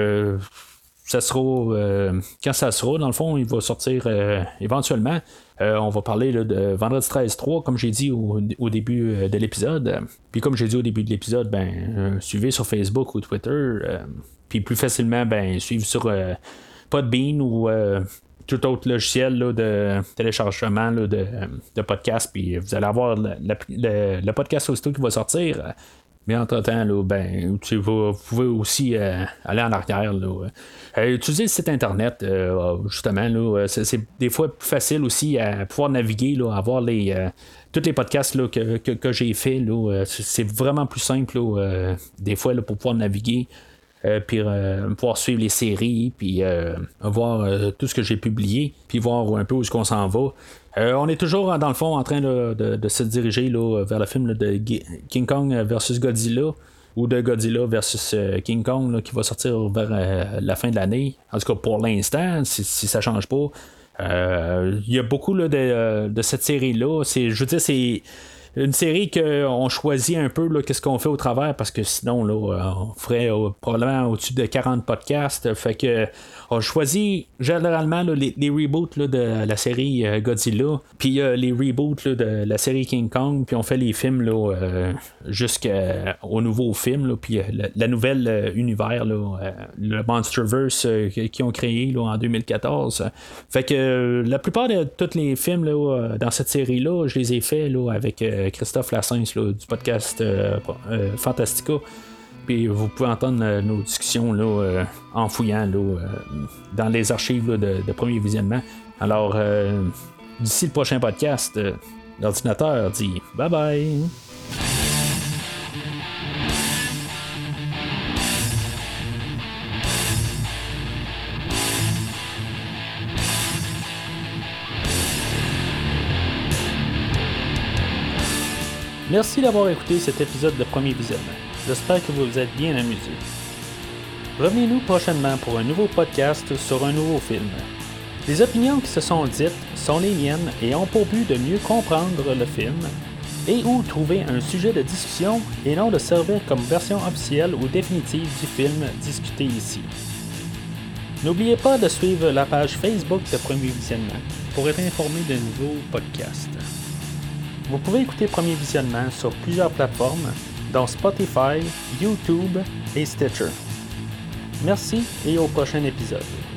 ça sera quand ça sera, dans le fond, il va sortir éventuellement. On va parler là, de Vendredi 13-3, comme j'ai dit au début de l'épisode. Puis comme j'ai dit au début de l'épisode, ben suivez sur Facebook ou Twitter. Puis plus facilement, ben suivez sur Podbean ou tout autre logiciel là, de téléchargement là, de podcast. Puis vous allez avoir le podcast aussitôt qui va sortir. Mais entre-temps, là, ben, vous pouvez aussi aller en arrière. Là, utiliser le site internet, justement. Là, c'est des fois plus facile aussi à pouvoir naviguer, là, à voir tous les podcasts là, que j'ai fait. Là, c'est vraiment plus simple là, des fois là, pour pouvoir naviguer. Puis pouvoir suivre les séries, puis voir tout ce que j'ai publié, puis voir un peu où est-ce qu'on s'en va. On est toujours, dans le fond, en train de se diriger là, vers le film là, de King Kong versus Godzilla, ou de Godzilla versus King Kong, là, qui va sortir vers la fin de l'année. En tout cas, pour l'instant, si ça change pas. Il y a beaucoup là, de cette série-là. Je veux dire, c'est une série qu'on choisit un peu là, qu'est-ce qu'on fait au travers, parce que sinon là, on ferait probablement au-dessus de 40 podcasts. Fait que on choisit généralement là, les reboots là, de la série Godzilla, puis les reboots là, de la série King Kong, puis on fait les films là, jusqu'au nouveau film, là, puis la nouvelle univers, là, le Monsterverse qu'ils ont créé là, en 2014. Fait que la plupart de tous les films là, dans cette série-là, je les ai faits là, avec Christophe Lassens là, du podcast Fantastica. Puis vous pouvez entendre nos discussions là, en fouillant là, dans les archives là, de premier visionnement. Alors, d'ici le prochain podcast, l'ordinateur dit bye bye. Merci d'avoir écouté cet épisode de Premier Visionnement. J'espère que vous vous êtes bien amusés. Revenez-nous prochainement pour un nouveau podcast sur un nouveau film. Les opinions qui se sont dites sont les miennes et ont pour but de mieux comprendre le film et ou trouver un sujet de discussion et non de servir comme version officielle ou définitive du film discuté ici. N'oubliez pas de suivre la page Facebook de Premier Visionnement pour être informé de nouveaux podcasts. Vous pouvez écouter Premier Visionnement sur plusieurs plateformes, dont Spotify, YouTube et Stitcher. Merci et au prochain épisode.